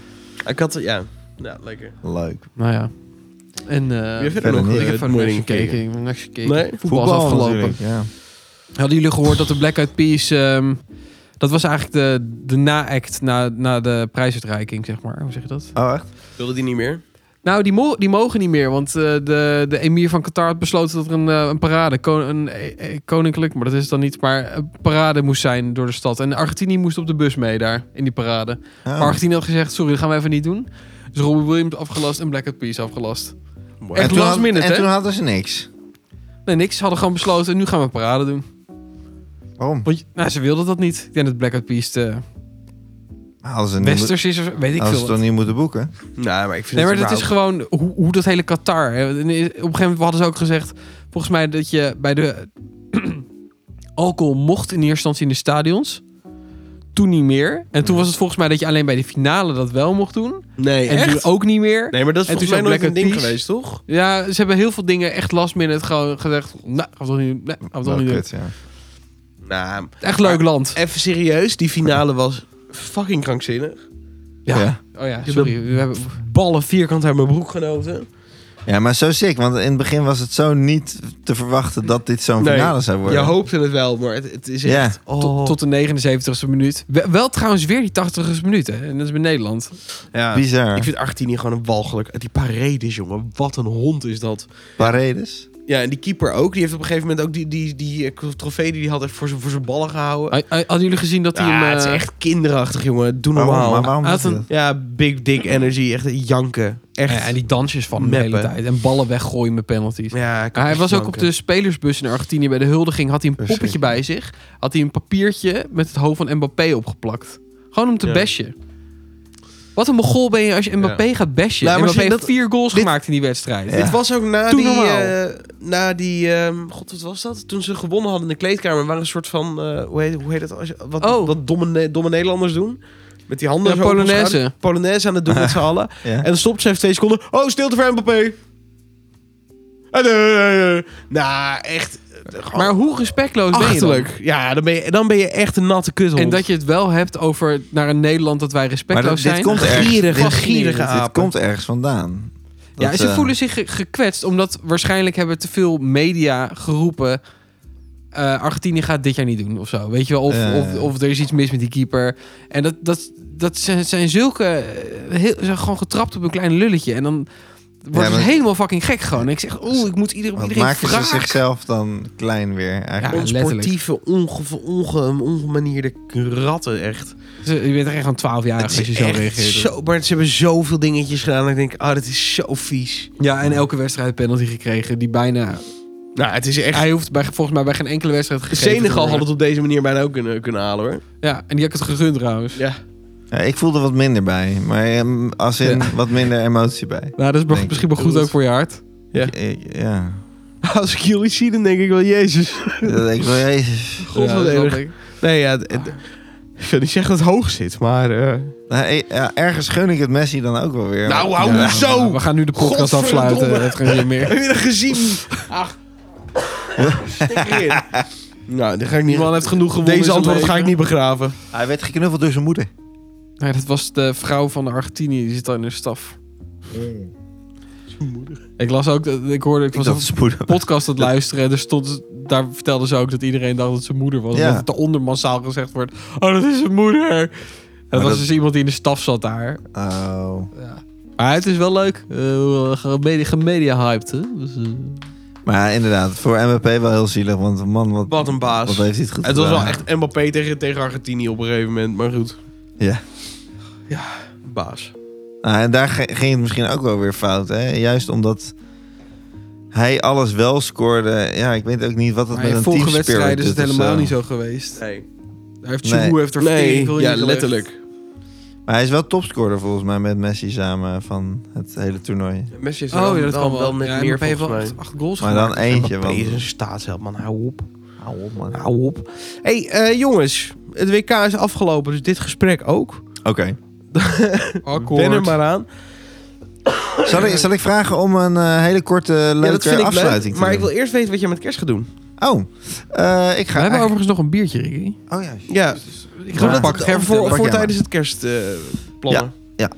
Ik had... Ja, ja lekker. Leuk. Nou ja. En uh, Heb je verder verder nog niet. ik eh, heb verder mooie niks dingen gekeken. Ik heb niks gekeken. Nee? Voetbal is afgelopen. natuurlijk, Ja. Hadden jullie gehoord dat de Black Eyed Peas... Um, dat was eigenlijk de, de na-act na, na de prijsuitreiking, zeg maar. Hoe zeg je dat? Oh, echt? Wilde die niet meer? Nou, die, mo die mogen niet meer. Want uh, de, de emir van Qatar had besloten dat er een, uh, een parade... Kon een eh, koninklijk, maar dat is het dan niet... maar een parade moest zijn door de stad. En Argentinië moest op de bus mee daar, in die parade. Oh. Maar Argentinië had gezegd, sorry, dat gaan we even niet doen. Dus Robbie Williams afgelast en Black Eyed Peas afgelast. Wow. Echt En toen, last had- minute, en hè? toen hadden ze niks. Nee, niks. Ze hadden gewoon besloten, nu gaan we een parade doen. Waarom? Want nou, ze wilden dat niet. Ik denk dat Black Eyed Peas te, Hadden ze, niet moet- Westers is er, weet ik hadden ze veel. toch wat. niet moeten boeken? Nou, maar ik vind Nee, maar het dat is gewoon hoe, hoe dat hele Qatar. Hè. Op een gegeven moment hadden ze ook gezegd, volgens mij dat je bij de alcohol mocht in eerste instantie in de stadions. Toen niet meer. En toen was het volgens mij dat je alleen bij de finale dat wel mocht doen. Nee, En echt? nu ook niet meer. Nee, maar dat is En toen volgens mij zou nooit een Black ding Eyed Peas- geweest, toch? Ja, ze hebben heel veel dingen echt last minute gewoon gezegd. Nou, gaan we toch niet doen. Nee, gaan we toch Wel niet doen. kut, ja. Nou, Echt leuk land. even serieus. Die finale was fucking krankzinnig. Ja. Ja. Oh ja, Ik heb sorry. We hebben... Ballen vierkant uit mijn broek genoten. Ja, maar zo sick. Want in het begin was het zo niet te verwachten dat dit zo'n Nee, finale zou Je worden. hoopte het wel, maar het, het is Ja. echt... Oh. Tot, tot de negenenzeventigste minuut. Wel, wel trouwens weer die tachtigste minuut. Hè? En dat is bij Nederland. Ja. Bizar. Ik vind Argentinië gewoon een walgelijk. Die Paredes, jongen. Wat een hond is dat. Paredes. Ja, en die keeper ook. Die heeft op een gegeven moment ook die, die, die eh, trofee die hij had even voor zijn, voor zijn ballen gehouden. Ha- ha- Hadden jullie gezien dat hij Ja, hem... het is eh, echt kinderachtig, jongen. Doe Waarom? normaal. Maar waarom Uit doet hij een- dat? Ja, big dick energy. Echt janken. Echt. Ja, en die dansjes van hem de hele Meppen. tijd. En ballen weggooien met penalties. Ja, ik kan hij echt was ook op janken. de spelersbus in Argentinië bij de huldiging. Had hij een poppetje Verschrikkelijk. bij zich. Had hij een papiertje met het hoofd van Mbappé opgeplakt. Gewoon om te Ja. bashen. Wat een mogol ben je als je Mbappé gaat bashen. Nou, maar Mbappé zie, heeft dat- vier goals dit- gemaakt in die wedstrijd. Ja. Dit was ook na Doe die... normaal. eh, na die... ehm, God, wat was dat? Toen ze gewonnen hadden in de kleedkamer. waren een soort van... eh, hoe, heet, hoe heet dat? Als je- Wat, Oh. wat domme, Ne- domme Nederlanders doen. Met die handen Ja, zo op hun Polonaise. schouder. Polonaise aan het doen met z'n allen. Ja. En dan stopt ze even twee seconden. Oh, stilte voor Mbappé. En, eh, eh, Nou, echt... eh, gewoon Maar hoe respectloos ben je dan? achterlijk. Ja, dan ben, je, dan ben je echt een natte kuthond. En dat je het wel hebt over naar een Nederland dat wij Maar respectloos dat, dit zijn. komt ergens, Gierig, dit, gierige dit apen. komt ergens vandaan. Ja, Dat, ze eh, voelen zich ge- gekwetst, omdat waarschijnlijk hebben te veel media geroepen... eh, Argentinië gaat dit jaar niet doen of zo. Weet je wel, of, Ja, of, ja. of er is iets mis met die keeper. En dat, dat, dat zijn, zijn zulke... eh, Heel, ze zijn gewoon getrapt op een klein lulletje. En dan wordt Ja, het maar- helemaal fucking gek gewoon. En ik zeg, oeh, ik moet ieder, Wat iedereen maken ze wraak. zichzelf dan klein weer? Eigenlijk. Ja, onsportieve, onge, onge, ongemanierde ratten, echt. Ze- Je bent er echt aan twaalfjarig als je zo echt reageert. zo, maar ze hebben zoveel dingetjes gedaan. En ik denk, ah, dat is zo vies. Ja, en elke wedstrijd penalty gekregen die bijna... Nou, het is echt... Hij hoeft bij, volgens mij bij geen enkele wedstrijd gegeven te Senegal had worden. het op deze manier bijna ook kunnen, kunnen halen, hoor. Ja, en die had ik het gegund trouwens. Ja. Ja, ik voelde wat minder bij. Maar ehm, als in Ja. wat minder emotie bij. Nou, dat is Denk misschien wel goed ook voor je hart. Ja. Ik- ik- ja. Als ik jullie zie, dan denk ik wel, jezus. Dat denk ik wel, jezus. God, Ja, wat dat erg. snap ik. Nee, ja, het- het- ik wil niet zeggen dat het hoog zit, maar... eh, Nou, eh, ja, ergens gun ik het Messi dan ook wel weer. Nou, Maar- hou Ja. zo! We gaan nu de podcast Godverdomme. afsluiten. Het geen zin meer. Heb je dat gezien? Ach. Stik erin. Nou, dit ga ik niet... Die man heeft genoeg gewonnen. in Deze zijn antwoord ga ik leven. niet begraven. Hij werd geknuffeld door zijn moeder. Nee, dat was de vrouw van de Argentinië. Die zit al in de staf. Ik las ook, dat- ik hoorde, ik Ik was dacht op zijn moeder. een podcast aan het luisteren. En er stond, daar vertelden ze ook dat iedereen dacht dat het zijn moeder was. Ja. Dat het eronder massaal gezegd wordt. Oh, dat is zijn moeder. En dat was dat- dus iemand die in de staf zat daar. Oh. Ja. Maar het is wel leuk. Uh, media, gemedia-hyped, hè? Dus, uh, Maar ja, inderdaad, voor M B P wel heel zielig. Want man, wat, Wat een baas. wat heeft hij het goed Het was wel gedaan. echt Mbappé tegen, tegen Argentinië op een gegeven moment. Maar goed, Ja. baas. Nou, en daar ge- ging het misschien ook wel weer fout. Hè? Juist omdat hij alles wel scoorde. Ja, ik weet ook niet wat het maar met in een vorige teamspirit wedstrijden is het doet of helemaal zo. niet zo geweest. Nee. Daar heeft Nee. Chibou heeft er Nee, tering veel ja, ingelegd. letterlijk. Maar hij is wel topscorer volgens mij met Messi samen van het hele toernooi. Messi heeft er Oh wel, ja, dat wel, kan wel. wel net ja, meer Mbappé heeft volgens wel mij. acht, acht goals Maar gemaakt. dan eentje. Mbappé is Want... een staatsheld, man. Hou op. Hou op, man. Hou op. hey, eh, jongens. Het W K is afgelopen, dus dit gesprek ook. Oké. Akkoord. Ben er maar aan. Zal ik, zal ik vragen om een eh, hele korte, leuke Ja, dat vind ik afsluiting leuk. te Maar ik doen? wil eerst weten wat jij met kerst gaat doen. Oh, eh, ik We ga... hebben eigenlijk- overigens nog een biertje, Ricky. Oh ja. Ja, Ik Ja. ga het pakken. Ga even voor, vertellen. Pak voor jij tijdens het kerstplannen.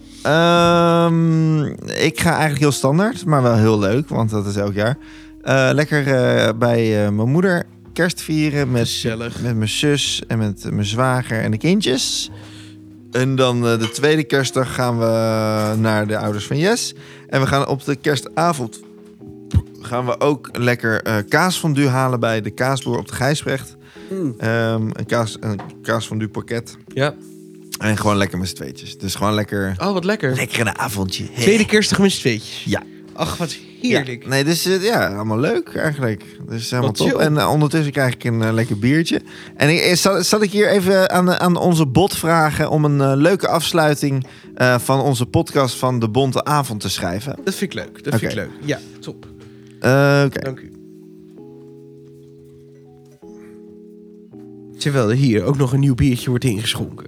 Ehm, ik ga eigenlijk heel standaard, maar wel heel leuk, want dat is elk jaar. Eh, lekker eh, bij eh, mijn moeder kerst vieren met, Gezellig. met mijn zus en met mijn zwager en de kindjes. En dan eh, de tweede kerstdag gaan we naar de ouders van Jess. En we gaan op de kerstavond gaan we ook lekker eh kaasfondue halen bij de kaasboer op de Gijsbrecht. Mm. Ehm, een, kaas, een kaasfondue pakket. Ja. En gewoon lekker met z'n tweetjes. Dus gewoon lekker... Oh, wat lekker. Lekker een avondje. Hey. Tweede kerstdag met z'n tweetjes. Ja. Ach, wat heerlijk. Ja, nee, dus uh, ja, allemaal leuk eigenlijk. Dus helemaal Wat top. chill. En uh, ondertussen krijg ik een uh, lekker biertje. En ik, zal, zal ik hier even aan, aan onze bot vragen om een uh, leuke afsluiting uh, van onze podcast van De Bonte Avond te schrijven? Dat vind ik leuk. Dat Oké. vind ik leuk. Ja, top. Uh, Oké. Dank u. Terwijl er hier ook nog een nieuw biertje wordt ingeschonken.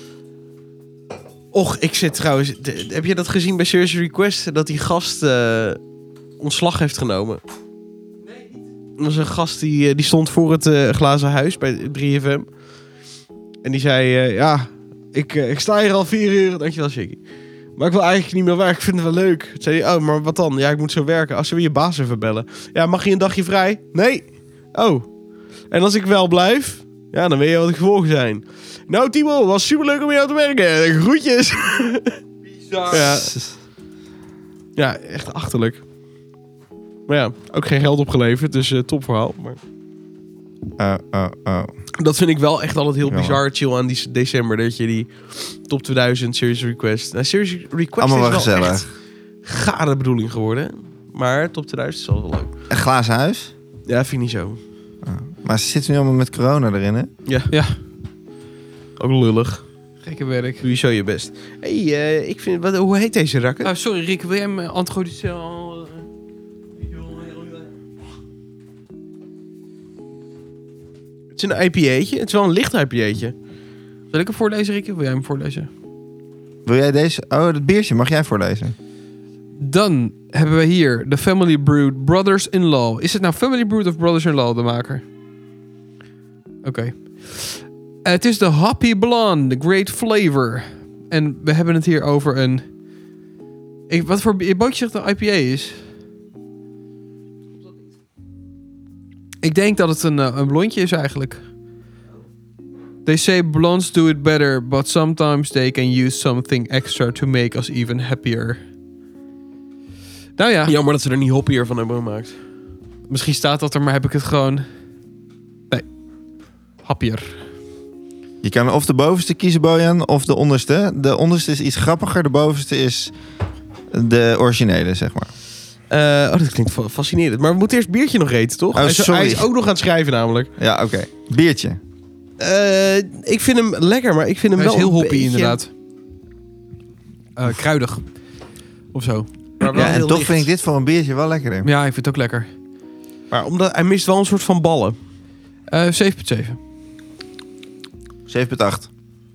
Och, ik zit trouwens... de- heb je dat gezien bij Surgery Request? Dat die gast uh, ontslag heeft genomen. Nee, niet. Dat was een gast die, uh, die stond voor het uh, glazen huis bij drie F M. En die zei... Uh, ja, ik, uh, ik sta hier al vier uur. Dankjewel, Shiggy. Maar ik wil eigenlijk niet meer werken. Ik vind het wel leuk. Toen zei hij, oh, maar wat dan? Ja, ik moet zo werken. Als we je baas even bellen. Ja, mag je een dagje vrij? Nee. Oh. En als ik wel blijf... Ja, dan weet je wat de gevolgen zijn. Nou, Timo, was superleuk om met jou te werken. Groetjes. Bizar. Ja. Ja, echt achterlijk. Maar ja, ook geen geld opgeleverd, dus uh, top verhaal. Maar Uh, uh, uh. dat vind ik wel echt altijd heel Ja. bizar chill aan die december. Dat je die top tweeduizend Series Request... Nou, Series Request Allemaal wel is wel gezellig. echt gare bedoeling geworden. Maar top tweeduizend is wel wel leuk. Een glazen huis? Ja, vind ik niet zo. Uh. Maar ze zitten nu allemaal met corona erin, hè? Ja. Ja. Ook lullig. Gekke werk. Doe je zo je best. Hé, hey, uh, ik vind... Wat, hoe heet deze rakker? Nou, sorry Rick, wil jij hem uh, introduceren? Het is een I P A'tje. Het is wel een licht I P A'tje. Zal ik hem voorlezen, Rick? Of wil jij hem voorlezen? Wil jij deze... Oh, dat biertje mag jij voorlezen. Dan hebben we hier de Family Brewed Brothers-in-Law. Is het nou Family Brewed of Brothers-in-Law, de maker? Oké. Okay. Uh, het is de Hoppy Blonde, Great Flavor. En we hebben het hier over een... Ik, wat voor bootje zegt de I P A is? Ik denk dat het een, uh, een blondje is eigenlijk. They say blondes do it better, but sometimes they can use something extra to make us even happier. Nou ja. Jammer dat ze er niet hoppier van hebben gemaakt. Misschien staat dat er, maar heb ik het gewoon... Nee. Happier. Je kan of de bovenste kiezen, Bojan, of de onderste. De onderste is iets grappiger. De bovenste is de originele, zeg maar. Uh, oh, dat klinkt fa- fascinerend. Maar we moeten eerst biertje nog eten, toch? Oh, hij, is, sorry. hij is ook nog aan het schrijven namelijk. Ja, oké. Okay. Biertje. Uh, ik vind hem lekker, maar ik vind hem Hij wel is heel een hoppy beetje... inderdaad. Uh, kruidig. Of zo. Maar wel Ja, en heel toch licht. vind ik dit voor een biertje wel lekkerder. Ja, ik vind het ook lekker. Maar omdat hij mist wel een soort van ballen. Uh, zeven komma zeven. zeven komma acht.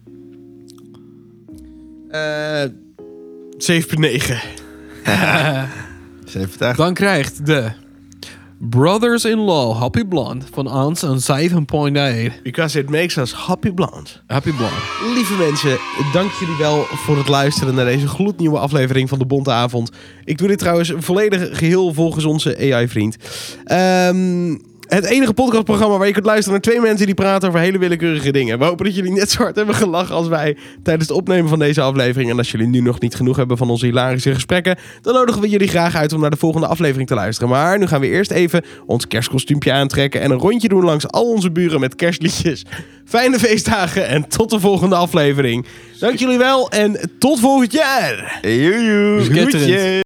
Uh, zeven komma negen. zeven komma acht. Dan krijgt de Brothers-in-Law Happy Blonde van ons een zeven komma acht. Because it makes us happy blonde. Happy Blonde. Lieve mensen, dank jullie wel voor het luisteren naar deze gloednieuwe aflevering van de Bonte Avond. Ik doe dit trouwens volledig geheel volgens onze A I-vriend. Um, het enige podcastprogramma waar je kunt luisteren naar twee mensen die praten over hele willekeurige dingen. We hopen dat jullie net zo hard hebben gelachen als wij tijdens het opnemen van deze aflevering. En als jullie nu nog niet genoeg hebben van onze hilarische gesprekken, dan nodigen we jullie graag uit om naar de volgende aflevering te luisteren. Maar nu gaan we eerst even ons kerstkostuumpje aantrekken en een rondje doen langs al onze buren met kerstliedjes. Fijne feestdagen en tot de volgende aflevering. Dank jullie wel en tot volgend jaar. Joejoe. Schitterend. Groetjes.